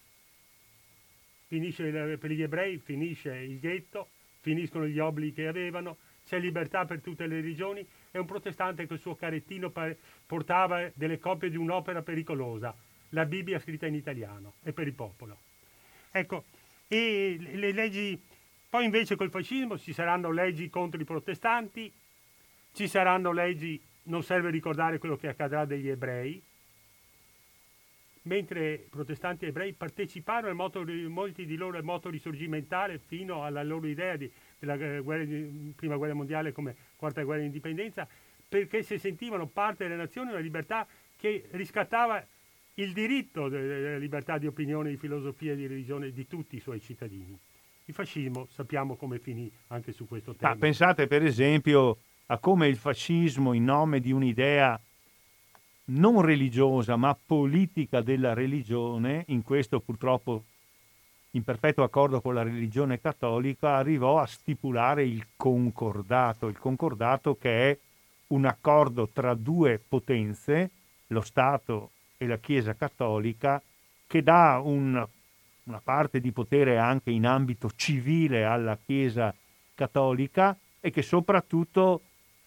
per gli ebrei finisce il ghetto, finiscono gli obblighi che avevano, c'è libertà per tutte le religioni, e un protestante col suo carettino portava delle copie di un'opera pericolosa, la Bibbia scritta in italiano e per il popolo. Ecco, e le leggi, poi invece col fascismo ci saranno leggi contro i protestanti, ci saranno leggi, non serve ricordare quello che accadrà degli ebrei, mentre protestanti e ebrei parteciparono molti di loro al moto risorgimentale fino alla loro idea della prima guerra mondiale come quarta guerra di indipendenza, perché si sentivano parte delle nazioni, una libertà che riscattava il diritto della libertà di opinione, di filosofia e di religione di tutti i suoi cittadini. Il fascismo sappiamo come finì anche su questo tema. Pensate per esempio a come il fascismo, in nome di un'idea non religiosa ma politica della religione, in questo purtroppo in perfetto accordo con la religione cattolica, arrivò a stipulare il concordato che è un accordo tra due potenze, lo Stato e la Chiesa cattolica, che dà una parte di potere anche in ambito civile alla Chiesa cattolica e che soprattutto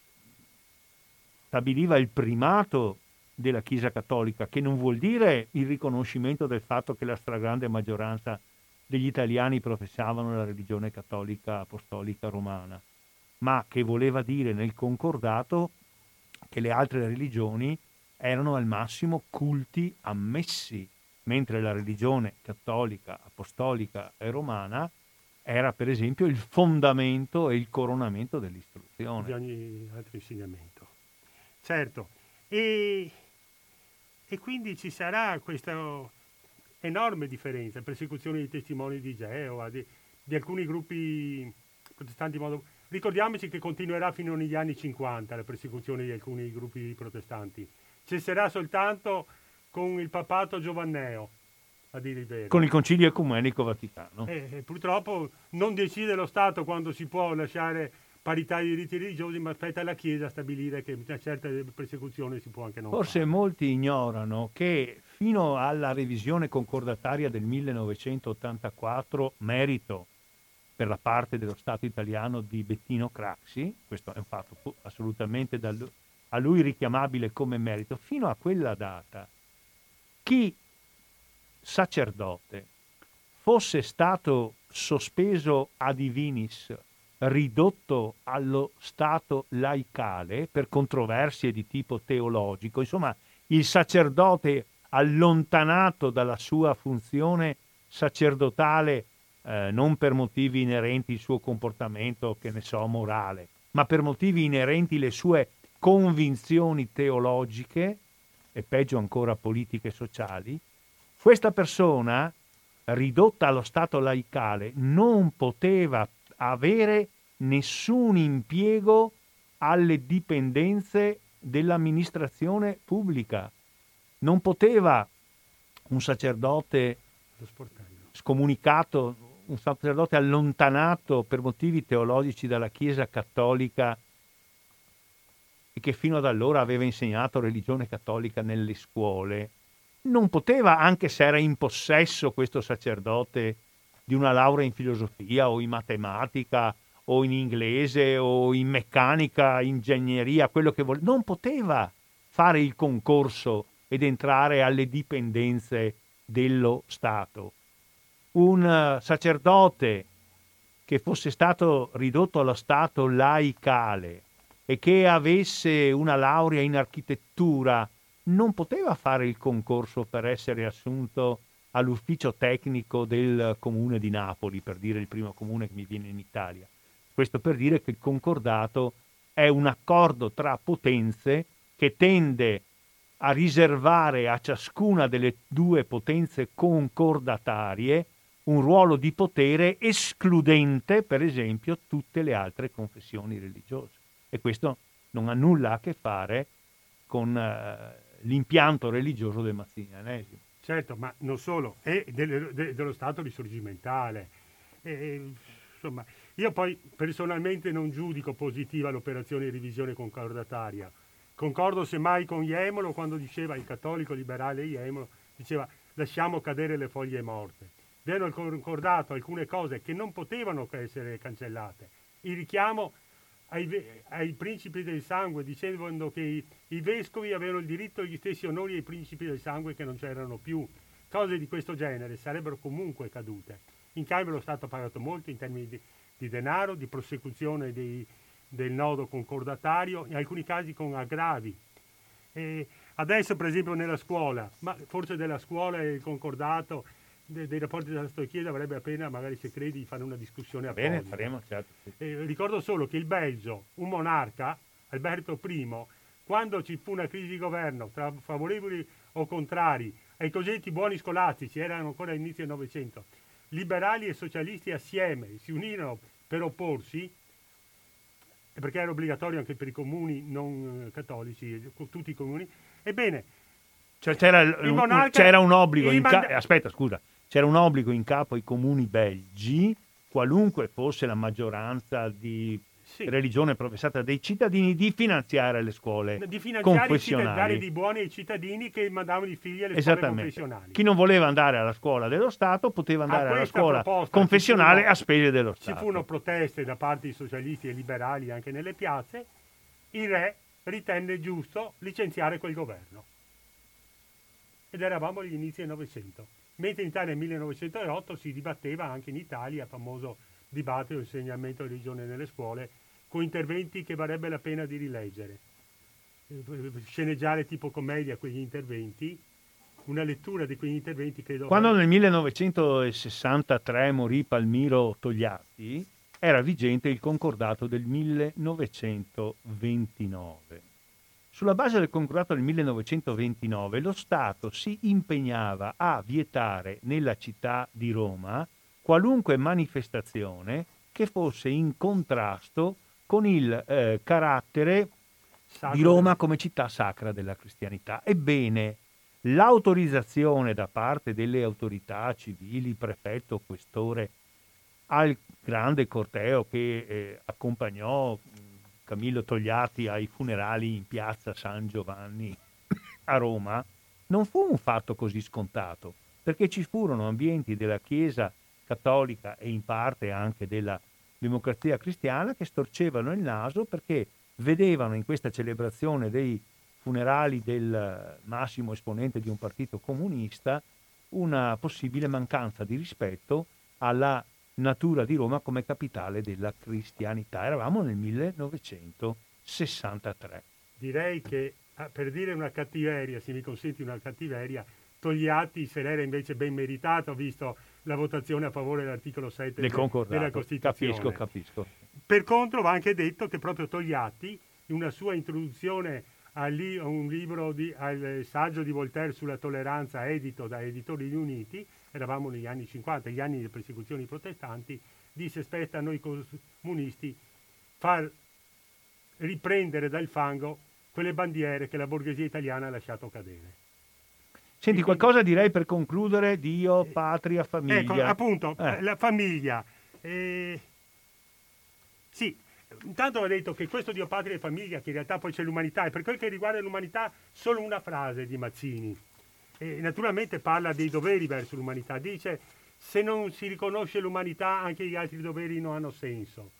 stabiliva il primato della Chiesa cattolica, che non vuol dire il riconoscimento del fatto che la stragrande maggioranza degli italiani professavano la religione cattolica apostolica romana, ma che voleva dire nel concordato che le altre religioni erano al massimo culti ammessi, mentre la religione cattolica, apostolica e romana era per esempio il fondamento e il coronamento dell'istruzione. Di ogni altro insegnamento. Certo, e quindi ci sarà questa enorme differenza, persecuzione di testimoni di Geova, di alcuni gruppi protestanti. Ricordiamoci che continuerà fino agli anni 50 la persecuzione di alcuni gruppi protestanti. Cesserà soltanto con il papato Giovanneo, a dire il vero. Con il Concilio Ecumenico Vaticano. Purtroppo non decide lo Stato quando si può lasciare parità di diritti religiosi, ma aspetta la Chiesa a stabilire che una certa persecuzione si può anche non Forse fare. molti ignorano che fino alla revisione concordataria del 1984, merito per la parte dello Stato italiano di Bettino Craxi, questo è un fatto assolutamente a lui richiamabile come merito, fino a quella data chi sacerdote fosse stato sospeso a divinis, ridotto allo stato laicale per controversie di tipo teologico, insomma il sacerdote allontanato dalla sua funzione sacerdotale non per motivi inerenti al suo comportamento, che ne so, morale, ma per motivi inerenti alle sue convinzioni teologiche e peggio ancora politiche e sociali, questa persona ridotta allo stato laicale non poteva avere nessun impiego alle dipendenze dell'amministrazione pubblica. Non poteva un sacerdote scomunicato, un sacerdote allontanato per motivi teologici dalla Chiesa cattolica e che fino ad allora aveva insegnato religione cattolica nelle scuole, non poteva, anche se era in possesso questo sacerdote di una laurea in filosofia o in matematica o in inglese o in meccanica, ingegneria, quello che voleva, non poteva fare il concorso ed entrare alle dipendenze dello Stato. Un sacerdote che fosse stato ridotto allo stato laicale e che avesse una laurea in architettura non poteva fare il concorso per essere assunto all'ufficio tecnico del comune di Napoli, per dire il primo comune che mi viene in Italia. Questo per dire che il concordato è un accordo tra potenze che tende a riservare a ciascuna delle due potenze concordatarie un ruolo di potere escludente, per esempio, tutte le altre confessioni religiose. E questo non ha nulla a che fare con l'impianto religioso del Mazzinianesimo. Certo, ma non solo, è dello Stato risorgimentale. Insomma, io poi personalmente non giudico positiva l'operazione di revisione concordataria. Concordo semmai con Jemolo quando diceva, il cattolico liberale Jemolo, diceva lasciamo cadere le foglie morte. Vi hanno concordato alcune cose che non potevano essere cancellate. Il richiamo ai principi del sangue, dicendo che i vescovi avevano il diritto agli stessi onori ai principi del sangue che non c'erano più. Cose di questo genere sarebbero comunque cadute. In cambio lo Stato ha pagato molto in termini di denaro, di prosecuzione del nodo concordatario, in alcuni casi con aggravi. Adesso per esempio nella scuola, ma forse della scuola e il concordato dei rapporti della Chiesa avrebbe la pena, magari se credi, di fare una discussione a Bene, faremo, certo. Sì. Ricordo solo che il Belgio, un monarca, Alberto I, quando ci fu una crisi di governo tra favorevoli o contrari ai cosiddetti buoni scolastici, erano ancora all'inizio del Novecento, liberali e socialisti assieme si unirono per opporsi, perché era obbligatorio anche per i comuni non cattolici, tutti i comuni. Ebbene, cioè c'era un obbligo c'era un obbligo in capo ai comuni belgi, qualunque fosse la maggioranza di religione professata dai cittadini, di finanziare le scuole confessionali. Dare di buoni ai cittadini che mandavano i figli alle scuole confessionali. Chi non voleva andare alla scuola dello Stato poteva andare alla scuola confessionale a spese dello Stato. Ci furono proteste da parte di socialisti e liberali anche nelle piazze. Il re ritenne giusto licenziare quel governo. Ed eravamo agli inizi del Novecento. Mentre in Italia nel 1908 si dibatteva anche in Italia il famoso dibattito dell'insegnamento di religione nelle scuole, con interventi che varrebbe la pena di rileggere. Sceneggiare tipo commedia quegli interventi, una lettura di quegli interventi credo... Quando nel 1963 morì Palmiro Togliatti, era vigente il concordato del 1929. Sulla base del concordato del 1929 lo Stato si impegnava a vietare nella città di Roma qualunque manifestazione che fosse in contrasto con il carattere di Roma come città sacra della cristianità. Ebbene, l'autorizzazione da parte delle autorità civili, prefetto, questore, al grande corteo che accompagnò Camillo Togliatti ai funerali in piazza San Giovanni a Roma, non fu un fatto così scontato, perché ci furono ambienti della Chiesa cattolica e in parte anche della democrazia cristiana che storcevano il naso perché vedevano in questa celebrazione dei funerali del massimo esponente di un partito comunista una possibile mancanza di rispetto alla natura di Roma come capitale della cristianità. Eravamo nel 1963. Direi che, per dire una cattiveria, se mi consenti una cattiveria, Togliatti se l'era invece ben meritato, visto la votazione a favore dell'articolo 7 della Costituzione. Capisco. Per contro va anche detto che proprio Togliatti, in una sua introduzione a un libro al saggio di Voltaire sulla tolleranza edito da Editori Riuniti, eravamo negli anni 50, gli anni delle persecuzioni protestanti, disse: spetta a noi comunisti far riprendere dal fango quelle bandiere che la borghesia italiana ha lasciato cadere. Senti, qualcosa direi per concludere: Dio, patria, famiglia. Ecco, appunto, la famiglia. Sì, intanto ho detto che questo Dio, patria e famiglia, che in realtà poi c'è l'umanità, e per quel che riguarda l'umanità solo una frase di Mazzini. Naturalmente parla dei doveri verso l'umanità, dice: se non si riconosce l'umanità anche gli altri doveri non hanno senso,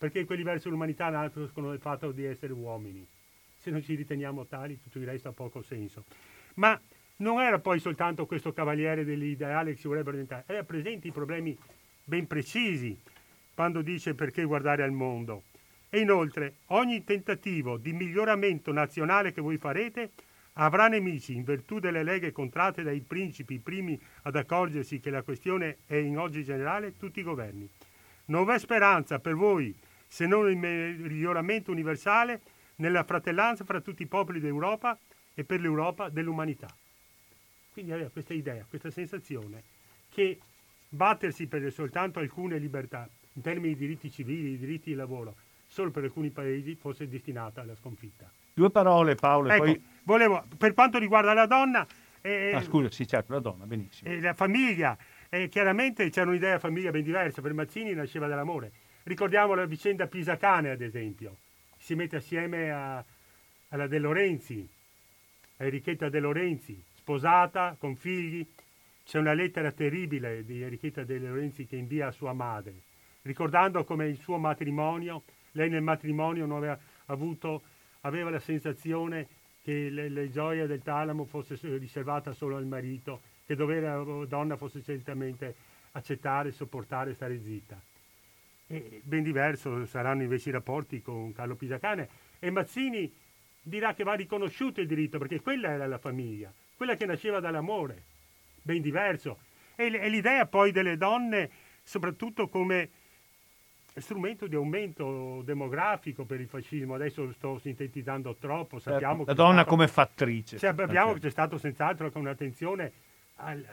perché quelli verso l'umanità nascono dal fatto di essere uomini. Se non ci riteniamo tali, tutto il resto ha poco senso. Ma non era poi soltanto questo cavaliere dell'ideale che si vorrebbe diventare, era presenti i problemi ben precisi quando dice perché guardare al mondo. E inoltre, ogni tentativo di miglioramento nazionale che voi farete avrà nemici in virtù delle leghe contratte dai principi primi ad accorgersi che la questione è in oggi generale tutti i governi. Non v'è speranza per voi se non il miglioramento universale nella fratellanza fra tutti i popoli d'Europa e per l'Europa dell'umanità. Quindi aveva questa idea, questa sensazione che battersi per soltanto alcune libertà in termini di diritti civili, di diritti di lavoro, solo per alcuni paesi fosse destinata alla sconfitta. 2 parole, Paolo, e ecco, poi... volevo, per quanto riguarda la donna... scusa, sì, certo, la donna, benissimo. La famiglia, chiaramente c'era un'idea famiglia ben diversa, per Mazzini nasceva dall'amore. Ricordiamo la vicenda Pisacane, ad esempio. Si mette assieme alla De Lorenzi, a Enrichetta De Lorenzi, sposata, con figli. C'è una lettera terribile di Enrichetta De Lorenzi che invia a sua madre, ricordando come il suo matrimonio, lei nel matrimonio non aveva la sensazione che la gioia del talamo fosse riservata solo al marito, che la donna fosse certamente accettare, sopportare, stare zitta. E ben diverso saranno invece i rapporti con Carlo Pisacane, e Mazzini dirà che va riconosciuto il diritto, perché quella era la famiglia, quella che nasceva dall'amore, ben diverso. E l'idea poi delle donne, soprattutto come strumento di aumento demografico per il fascismo. Adesso sto sintetizzando troppo, sappiamo la donna come fattrice. Abbiamo che c'è stato senz'altro con un'attenzione alla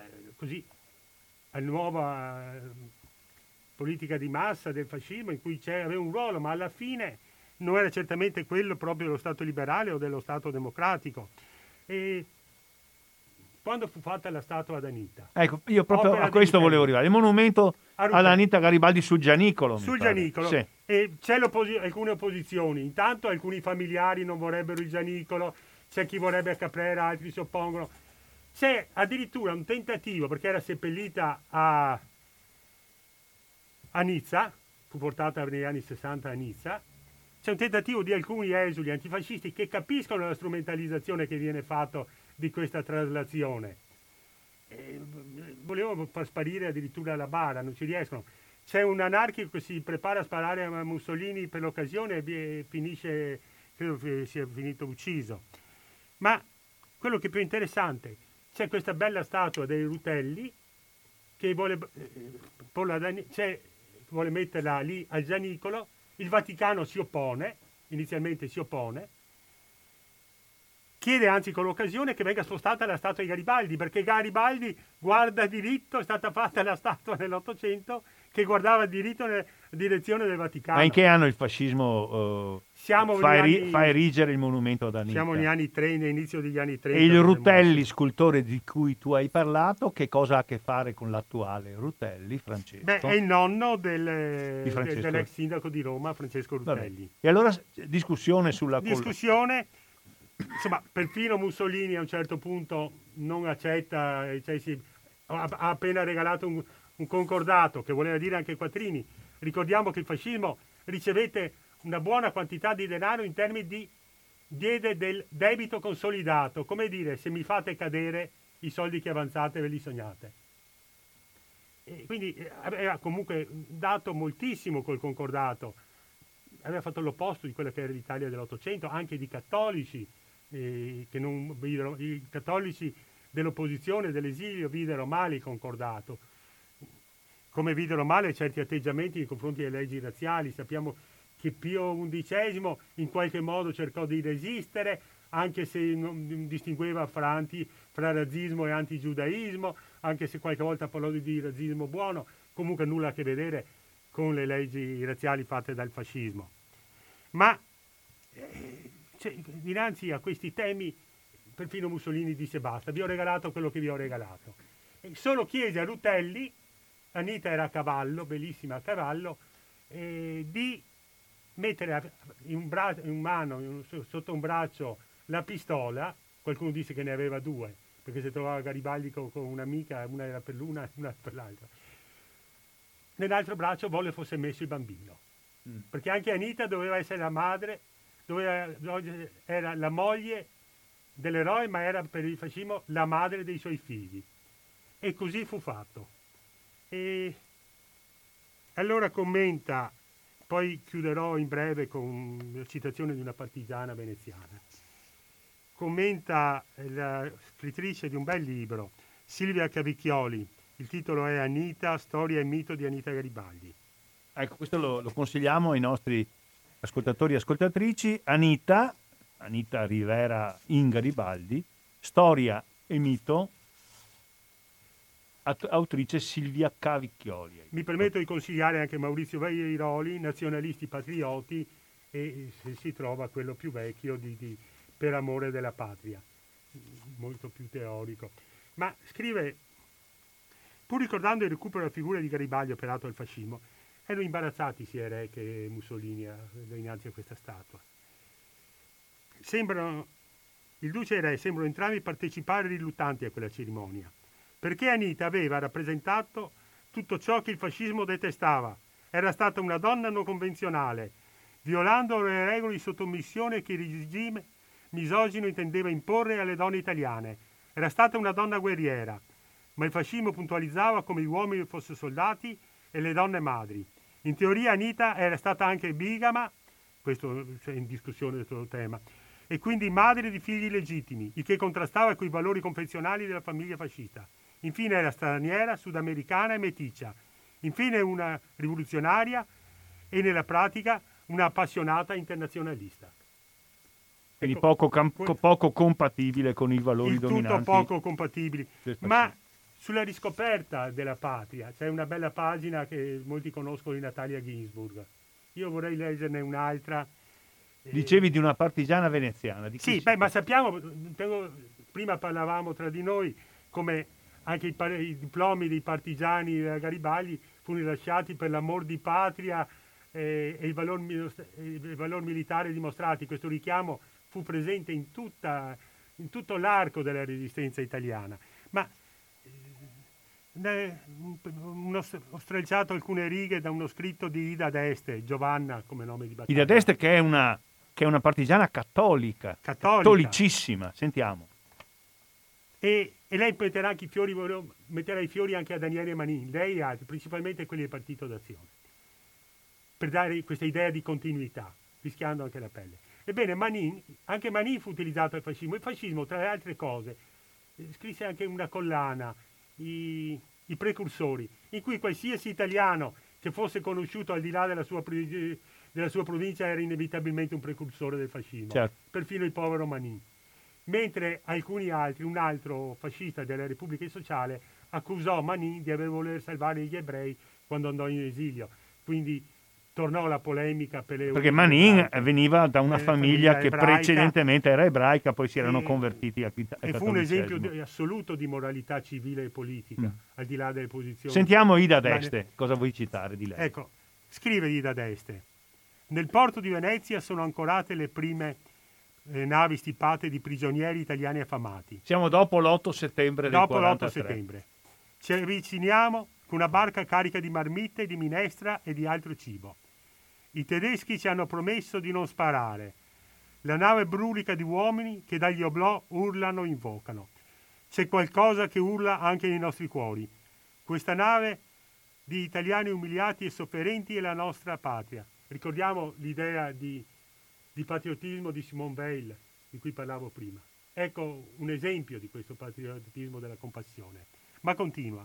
nuova politica di massa del fascismo, in cui aveva un ruolo, ma alla fine non era certamente quello proprio dello Stato liberale o dello Stato democratico. E quando fu fatta la statua ad Anita, ecco, io proprio a questo volevo arrivare, il monumento ad Anita Garibaldi sul Gianicolo. Sì. E c'è alcune opposizioni. Intanto alcuni familiari non vorrebbero il Gianicolo, c'è chi vorrebbe a Caprera, altri si oppongono. C'è addirittura un tentativo, perché era seppellita a Nizza, fu portata negli anni 60 a Nizza, c'è un tentativo di alcuni esuli antifascisti che capiscono la strumentalizzazione che viene fatta di questa traslazione. Volevano far sparire addirittura la bara, non ci riescono. C'è un anarchico che si prepara a sparare a Mussolini per l'occasione e finisce, credo che sia finito ucciso. Ma quello che è più interessante, c'è questa bella statua dei Rutelli che vuole metterla lì al Gianicolo. Il Vaticano si oppone, inizialmente si oppone, chiede anzi con l'occasione che venga spostata la statua di Garibaldi, perché Garibaldi guarda diritto, è stata fatta la statua nell'Ottocento che guardava diritto nella direzione del Vaticano. Ma in che anno il fascismo fa erigere il monumento ad Anita? Siamo negli anni 30, inizio degli anni 30. E il Rutelli, scultore di cui tu hai parlato, che cosa ha a che fare con l'attuale Rutelli, Francesco? Beh, è il nonno dell'ex sindaco di Roma, Francesco Rutelli. E allora discussione sulla... Insomma, perfino Mussolini a un certo punto non accetta, ha appena regalato un concordato, che voleva dire anche Quattrini. Ricordiamo che il fascismo ricevette una buona quantità di denaro in termini diede del debito consolidato, come dire, se mi fate cadere i soldi che avanzate ve li sognate. E quindi aveva comunque dato moltissimo col concordato, aveva fatto l'opposto di quella che era l'Italia dell'Ottocento, anche di cattolici, che non videro, i cattolici dell'opposizione, dell'esilio, videro male il concordato, come videro male certi atteggiamenti nei confronti delle leggi razziali. Sappiamo che Pio XI in qualche modo cercò di resistere, anche se non distingueva fra razzismo e antigiudaismo, anche se qualche volta parlò di razzismo buono, comunque nulla a che vedere con le leggi razziali fatte dal fascismo. Ma dinanzi a questi temi perfino Mussolini disse basta, vi ho regalato quello che vi ho regalato. E solo chiese a Rutelli, Anita era a cavallo, bellissima a cavallo, di mettere sotto un braccio la pistola. Qualcuno disse che ne aveva 2, perché se trovava Garibaldi con un'amica, una era per l'una e una per l'altra. Nell'altro braccio volle fosse messo il bambino. perché anche Anita doveva essere la madre, era la moglie dell'eroe, ma era per il fascismo la madre dei suoi figli. E così fu fatto. E allora commenta, poi chiuderò in breve con la citazione di una partigiana veneziana. Commenta la scrittrice di un bel libro, Silvia Cavicchioli. Il titolo è Anita, storia e mito di Anita Garibaldi. Ecco, questo lo consigliamo ai nostri ascoltatori e ascoltatrici. Anita Rivera in Garibaldi, storia e mito, autrice Silvia Cavicchioli. Mi permetto di consigliare anche Maurizio Vairoli, Nazionalisti Patrioti, e se si trova quello più vecchio di Per amore della patria, molto più teorico. Ma scrive, pur ricordando il recupero della figura di Garibaldi operato dal fascismo, erano imbarazzati sia Re che Mussolini dinanzi a questa statua. Il duce e il re sembrano entrambi partecipare riluttanti a quella cerimonia, perché Anita aveva rappresentato tutto ciò che il fascismo detestava. Era stata una donna non convenzionale, violando le regole di sottomissione che il regime misogino intendeva imporre alle donne italiane. Era stata una donna guerriera, ma il fascismo puntualizzava come gli uomini fossero soldati e le donne madri. In teoria Anita era stata anche bigama, questo è in discussione questo tema, e quindi madre di figli legittimi, il che contrastava con i valori convenzionali della famiglia fascista. Infine era straniera, sudamericana e meticcia. Infine una rivoluzionaria e nella pratica una appassionata internazionalista. Quindi poco compatibile con i valori dominanti. Tutto poco compatibili. Ma sulla riscoperta della patria c'è una bella pagina che molti conoscono di Natalia Ginsburg. Io vorrei leggerne un'altra. Dicevi di una partigiana veneziana. Sì, ma sappiamo, prima parlavamo tra di noi, come anche i diplomi dei partigiani Garibaldi furono rilasciati per l'amor di patria e il valor militare dimostrati. Questo richiamo fu presente in tutto l'arco della resistenza italiana. Ma ho stralciato alcune righe da uno scritto di Ida d'Este, Giovanna come nome di battaglia. Ida d'Este che è una partigiana cattolicissima, sentiamo. E lei metterà anche metterà i fiori anche a Daniele Manin, lei e altri, principalmente quelli del Partito d'Azione, per dare questa idea di continuità, rischiando anche la pelle. Ebbene, anche Manin fu utilizzato dal fascismo. Il fascismo, tra le altre cose, scrisse anche una collana, i precursori, in cui qualsiasi italiano che fosse conosciuto al di là della sua provincia era inevitabilmente un precursore del fascismo, certo. Perfino il povero Manin. Mentre alcuni altri, un altro fascista della Repubblica Sociale, accusò Manin di voler salvare gli ebrei quando andò in esilio. Quindi tornò la polemica perché Manin veniva da una famiglia che ebraica, precedentemente era ebraica, poi si erano convertiti al cattolicesimo. E fu un esempio assoluto di moralità civile e politica, al di là delle posizioni. Sentiamo Ida d'Este, cosa vuoi citare di lei? Ecco, scrive Ida d'Este. Nel porto di Venezia sono ancorate le prime navi stipate di prigionieri italiani affamati. Siamo dopo l'8 settembre del 43. Dopo l'8 settembre. Ci avviciniamo con una barca carica di marmitte, di minestra e di altro cibo. I tedeschi ci hanno promesso di non sparare. La nave brulica di uomini che dagli oblò urlano e invocano. C'è qualcosa che urla anche nei nostri cuori. Questa nave di italiani umiliati e sofferenti è la nostra patria. Ricordiamo l'idea di patriottismo di Simone Weil, di cui parlavo prima. Ecco un esempio di questo patriottismo della compassione. Ma continua.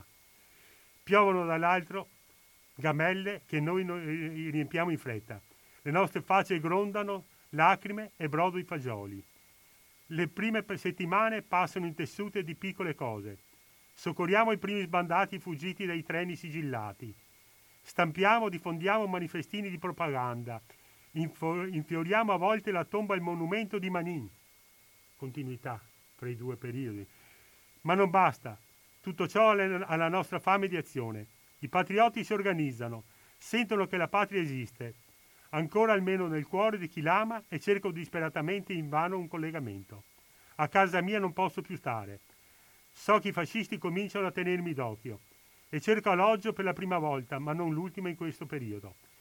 Piovono dall'altro gamelle che noi riempiamo in fretta. Le nostre facce grondano lacrime e brodo di fagioli. Le prime settimane passano intessute di piccole cose. Soccorriamo i primi sbandati fuggiti dai treni sigillati. Stampiamo, diffondiamo manifestini di propaganda. Infioriamo a volte la tomba e il monumento di Manin. Continuità tra i due periodi. Ma non basta. Tutto ciò alla nostra fame di azione. I patrioti si organizzano, sentono che la patria esiste, ancora almeno nel cuore di chi l'ama, e cerco disperatamente invano un collegamento. A casa mia non posso più stare. So che i fascisti cominciano a tenermi d'occhio e cerco alloggio per la prima volta, ma non l'ultima in questo periodo.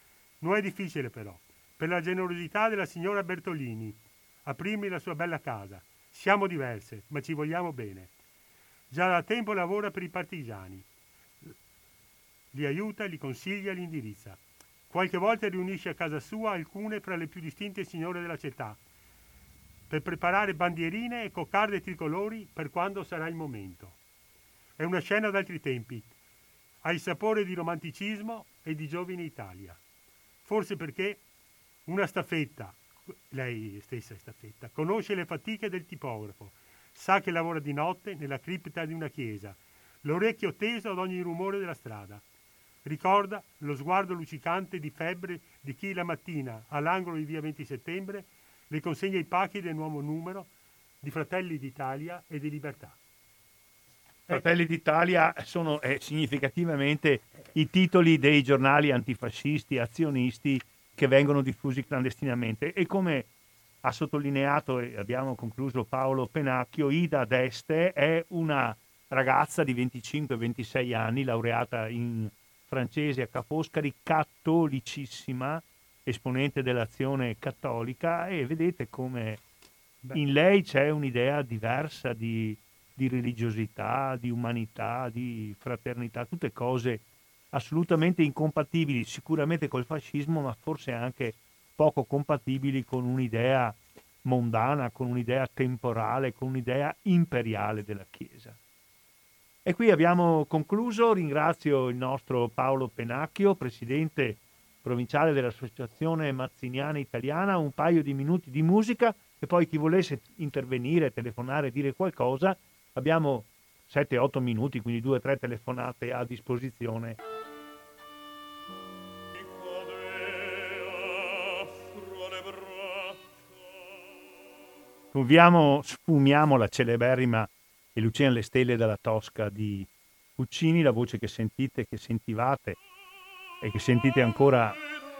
Non è difficile però, per la generosità della signora Bertolini, aprirmi la sua bella casa. Siamo diverse, ma ci vogliamo bene. Già da tempo lavora per i partigiani. Li aiuta, li consiglia, li indirizza. Qualche volta riunisce a casa sua alcune fra le più distinte signore della città per preparare bandierine e coccarde tricolori per quando sarà il momento. È una scena d'altri tempi, ha il sapore di romanticismo e di giovine Italia. Forse perché una staffetta, lei stessa è staffetta, conosce le fatiche del tipografo, sa che lavora di notte nella cripta di una chiesa, l'orecchio teso ad ogni rumore della strada. Ricorda lo sguardo luccicante di febbre di chi la mattina, all'angolo di via 20 settembre, le consegna i pacchi del nuovo numero di Fratelli d'Italia e di Libertà. Fratelli d'Italia sono significativamente i titoli dei giornali antifascisti, azionisti che vengono diffusi clandestinamente, e come ha sottolineato e abbiamo concluso Paolo Pennacchio, Ida d'Este è una ragazza di 25-26 anni, laureata in francese a Ca' Foscari, cattolicissima, esponente dell'Azione Cattolica, e vedete come in lei c'è un'idea diversa di religiosità, di umanità, di fraternità, tutte cose assolutamente incompatibili sicuramente col fascismo, ma forse anche poco compatibili con un'idea mondana, con un'idea temporale, con un'idea imperiale della Chiesa. E qui abbiamo concluso. Ringrazio il nostro Paolo Pennacchio, presidente provinciale dell'Associazione Mazziniana Italiana. Un paio di minuti di musica e poi chi volesse intervenire, telefonare, dire qualcosa, abbiamo 7-8 minuti, quindi 2-3 telefonate a disposizione. Sfumiamo la celeberrima E Lucian le stelle dalla Tosca di Puccini. La voce che sentite, che sentivate e che sentite ancora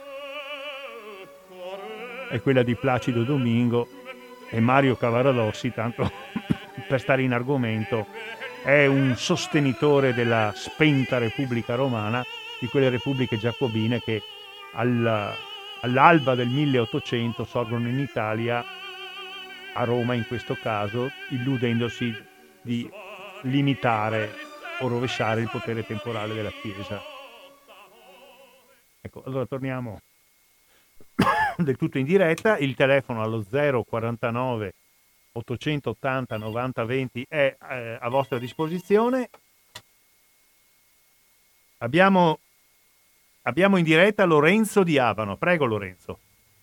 è quella di Placido Domingo, e Mario Cavaradossi, tanto per stare in argomento, è un sostenitore della spenta Repubblica Romana, di quelle repubbliche giacobine che all'alba del 1800 sorgono in Italia, a Roma in questo caso, illudendosi di limitare o rovesciare il potere temporale della Chiesa. Ecco, allora torniamo del tutto in diretta. Il telefono allo 049 880 90 20 è a vostra disposizione. Abbiamo in diretta Lorenzo di Abano. Prego Lorenzo.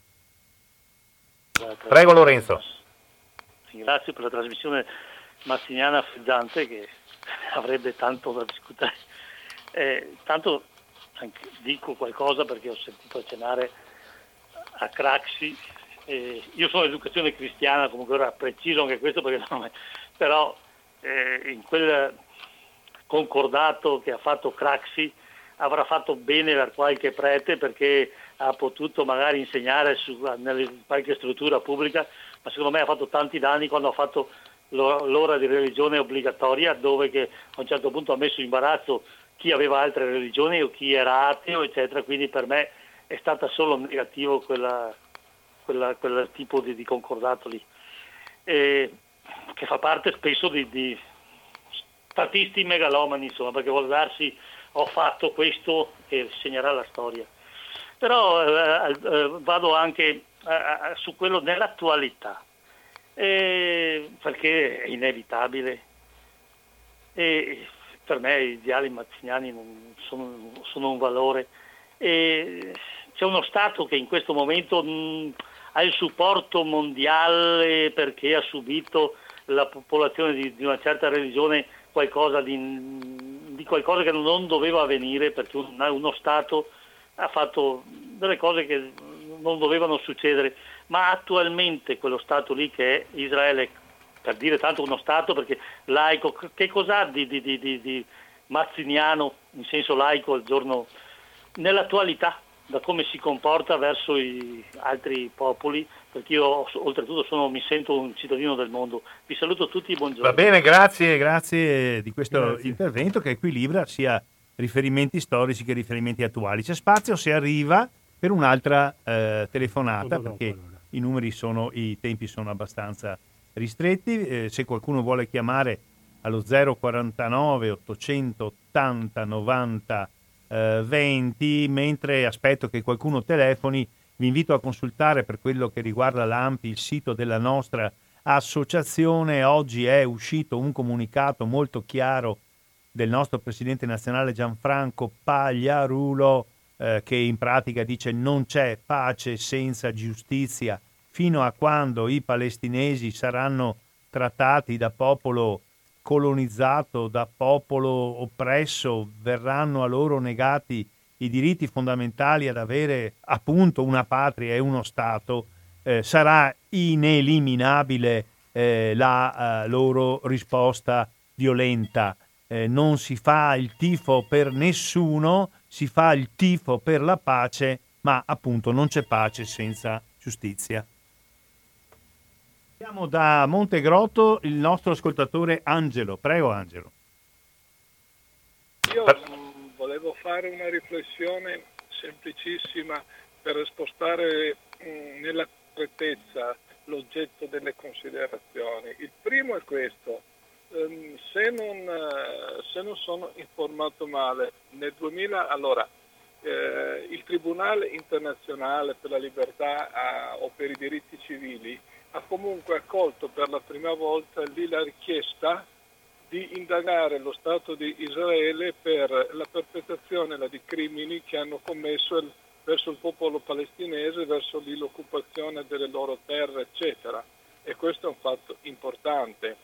Prego Lorenzo. Grazie per la trasmissione mattiniana frizzante, che avrebbe tanto da discutere. Tanto anche dico qualcosa perché ho sentito accennare a Craxi. Io sono educazione cristiana, comunque ora preciso anche questo perché non è, però in quel concordato che ha fatto Craxi avrà fatto bene per qualche prete, perché ha potuto magari insegnare nelle qualche struttura pubblica, ma secondo me ha fatto tanti danni quando ha fatto l'ora di religione obbligatoria, dove che a un certo punto ha messo in imbarazzo chi aveva altre religioni o chi era ateo, eccetera. Quindi per me è stata solo negativo quel tipo di concordato lì, che fa parte spesso di statisti megalomani, insomma, perché vuol darsi ho fatto questo e segnerà la storia. Però vado anche su quello nell'attualità, perché è inevitabile, e per me i ideali mazziniani non sono un valore, e c'è uno Stato che in questo momento ha il supporto mondiale perché ha subito la popolazione di una certa religione qualcosa di qualcosa che non doveva avvenire, perché uno Stato ha fatto delle cose che non dovevano succedere, ma attualmente quello Stato lì che è Israele, per dire tanto uno Stato perché laico, che cos'ha di mazziniano in senso laico al giorno, nell'attualità, da come si comporta verso gli altri popoli, perché io oltretutto mi sento un cittadino del mondo. Vi saluto tutti, buongiorno. Va bene, grazie di questo intervento che equilibra sia riferimenti storici che riferimenti attuali. C'è spazio, se arriva, per un'altra telefonata, perché allora. i tempi sono abbastanza ristretti. Se qualcuno vuole chiamare allo 049 880 90 20, mentre aspetto che qualcuno telefoni, vi invito a consultare, per quello che riguarda l'ANPI, il sito della nostra associazione. Oggi è uscito un comunicato molto chiaro del nostro presidente nazionale Gianfranco Pagliarulo, che in pratica dice: non c'è pace senza giustizia fino a quando i palestinesi saranno trattati da popolo colonizzato, da popolo oppresso, verranno a loro negati i diritti fondamentali ad avere appunto una patria e uno Stato, sarà ineliminabile la loro risposta violenta. Non si fa il tifo per nessuno, si fa il tifo per la pace, ma appunto non c'è pace senza giustizia. Abbiamo da Montegrotto il nostro ascoltatore Angelo. Prego Angelo. Io volevo fare una riflessione semplicissima per spostare nella correttezza l'oggetto delle considerazioni. Il primo è questo: se non sono informato male, nel 2000 il Tribunale internazionale per la libertà o per i diritti civili ha comunque accolto per la prima volta lì la richiesta di indagare lo Stato di Israele per la perpetrazione di crimini che hanno commesso verso il popolo palestinese, verso l'occupazione delle loro terre, eccetera. E questo è un fatto importante.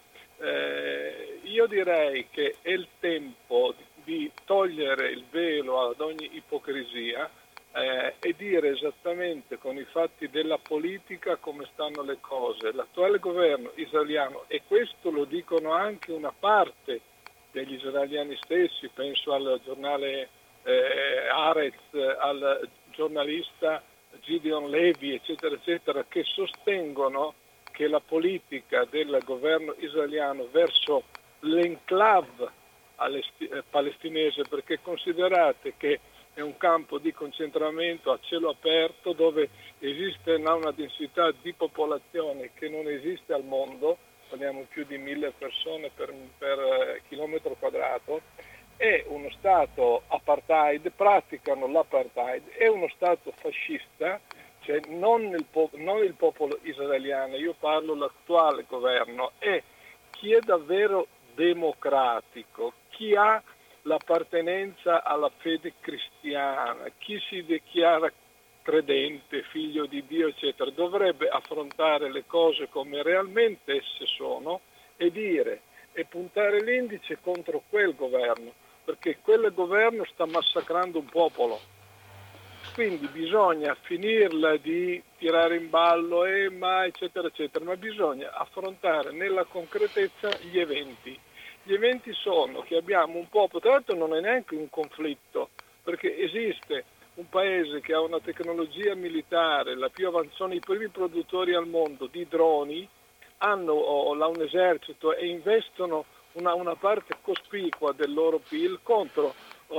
Io direi che è il tempo di togliere il velo ad ogni ipocrisia e dire esattamente con i fatti della politica come stanno le cose. L'attuale governo israeliano, e questo lo dicono anche una parte degli israeliani stessi, penso al giornale Haaretz, al giornalista Gideon Levi, eccetera, eccetera, che sostengono che la politica del governo israeliano verso l'enclave palestinese, perché considerate che è un campo di concentramento a cielo aperto dove esiste una densità di popolazione che non esiste al mondo, parliamo più di 1000 persone per chilometro quadrato, è uno stato apartheid, praticano l'apartheid, è uno stato fascista, cioè non il popolo israeliano, io parlo l'attuale governo, e chi è davvero democratico, chi ha l'appartenenza alla fede cristiana, chi si dichiara credente, figlio di Dio, eccetera, dovrebbe affrontare le cose come realmente esse sono e dire e puntare l'indice contro quel governo, perché quel governo sta massacrando un popolo. Quindi bisogna finirla di tirare in ballo ma eccetera eccetera, ma bisogna affrontare nella concretezza gli eventi. Gli eventi sono che abbiamo un popolo, tra l'altro non è neanche un conflitto, perché esiste un paese che ha una tecnologia militare, la più avanzata, sono i primi produttori al mondo di droni, hanno un esercito e investono una parte cospicua del loro PIL contro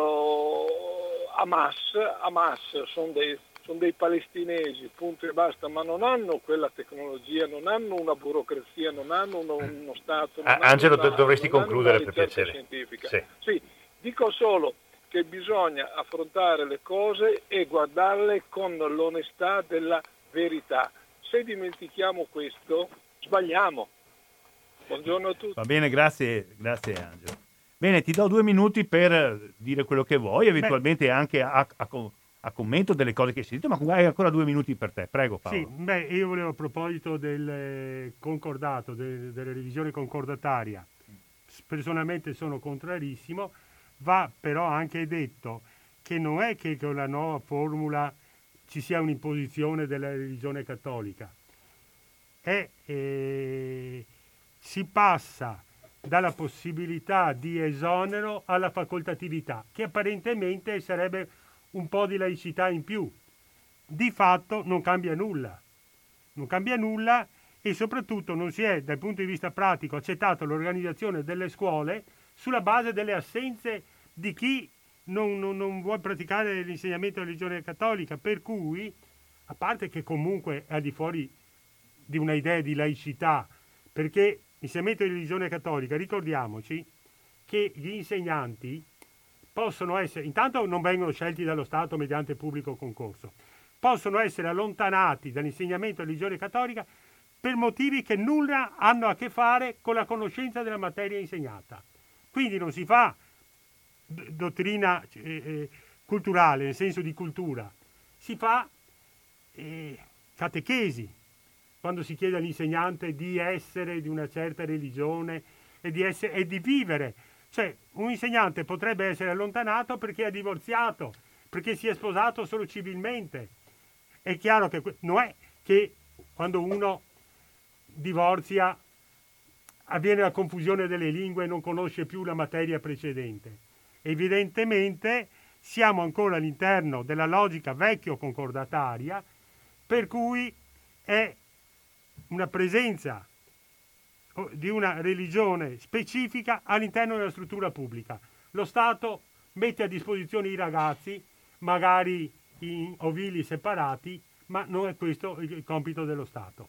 Hamas sono dei palestinesi, punto e basta, ma non hanno quella tecnologia, non hanno una burocrazia, non hanno uno Stato. Angelo, dovresti concludere per piacere. Scientifica. Sì, dico solo che bisogna affrontare le cose e guardarle con l'onestà della verità. Se dimentichiamo questo, sbagliamo. Buongiorno a tutti. Va bene, grazie Angelo. Bene, ti do 2 minuti per dire quello che vuoi, eventualmente anche a commento delle cose che hai sentito, ma hai ancora 2 minuti per te. Prego Paolo. Sì, io volevo, a proposito del concordato, della revisione concordataria, personalmente sono contrarissimo. Va però anche detto che non è che con la nuova formula ci sia un'imposizione della religione cattolica. Si passa dalla possibilità di esonero alla facoltatività, che apparentemente sarebbe un po' di laicità in più. Di fatto non cambia nulla e soprattutto non si è, dal punto di vista pratico, accettato l'organizzazione delle scuole sulla base delle assenze di chi non vuole praticare l'insegnamento della religione cattolica, per cui, a parte che comunque è al di fuori di una idea di laicità, perché l'insegnamento di religione cattolica, ricordiamoci che gli insegnanti possono essere, intanto non vengono scelti dallo Stato mediante pubblico concorso, possono essere allontanati dall'insegnamento di religione cattolica per motivi che nulla hanno a che fare con la conoscenza della materia insegnata. Quindi non si fa dottrina culturale, nel senso di cultura, si fa catechesi, quando si chiede all'insegnante di essere di una certa religione e di vivere. Cioè, un insegnante potrebbe essere allontanato perché è divorziato, perché si è sposato solo civilmente. È chiaro che non è che quando uno divorzia avviene la confusione delle lingue e non conosce più la materia precedente. Evidentemente siamo ancora all'interno della logica vecchio concordataria, per cui è una presenza di una religione specifica all'interno della struttura pubblica. Lo Stato mette a disposizione i ragazzi, magari in ovili separati, ma non è questo il compito dello Stato.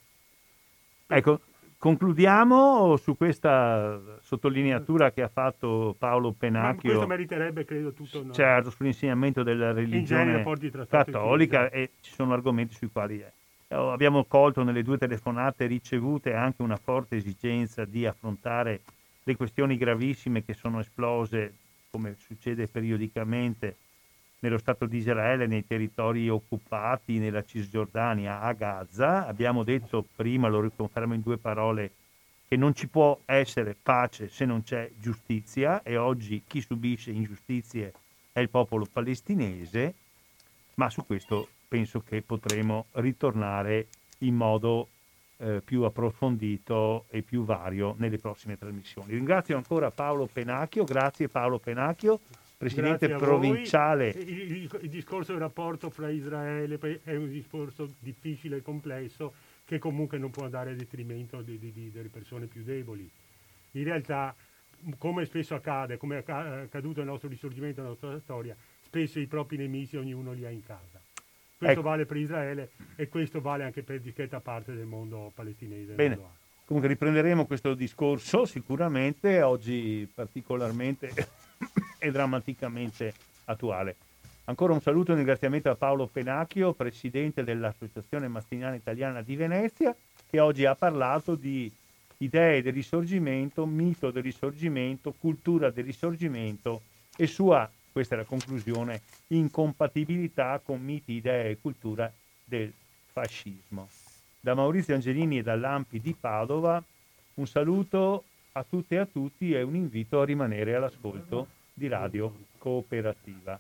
Ecco, concludiamo su questa sottolineatura che ha fatto Paolo Penacchio. Ma questo meriterebbe, credo, tutto. No? Certo, sull'insegnamento della religione cattolica, e ci sono argomenti sui quali abbiamo colto nelle 2 telefonate ricevute anche una forte esigenza di affrontare le questioni gravissime che sono esplose, come succede periodicamente, nello Stato di Israele, nei territori occupati, nella Cisgiordania, a Gaza. Abbiamo detto prima, lo riconfermo in 2 parole, che non ci può essere pace se non c'è giustizia, e oggi chi subisce ingiustizie è il popolo palestinese, ma su questo penso che potremo ritornare in modo più approfondito e più vario nelle prossime trasmissioni. Ringrazio ancora Paolo Penacchio, grazie Paolo Penacchio, presidente provinciale. Il discorso del rapporto fra Israele è un discorso difficile e complesso che comunque non può andare a detrimento delle persone più deboli. In realtà, come spesso accade, come è accaduto nel nostro risorgimento, nella nostra storia, spesso i propri nemici ognuno li ha in casa. Questo vale per Israele e questo vale anche per discreta parte del mondo palestinese. Bene, comunque riprenderemo questo discorso sicuramente, oggi particolarmente e drammaticamente attuale. Ancora un saluto e un ringraziamento a Paolo Penacchio, presidente dell'Associazione Mastiniana Italiana di Venezia, che oggi ha parlato di idee del risorgimento, mito del risorgimento, cultura del risorgimento e sua, questa è la conclusione, incompatibilità con miti, idee e cultura del fascismo. Da Maurizio Angelini e dall'Ampi di Padova un saluto a tutte e a tutti e un invito a rimanere all'ascolto di Radio Cooperativa.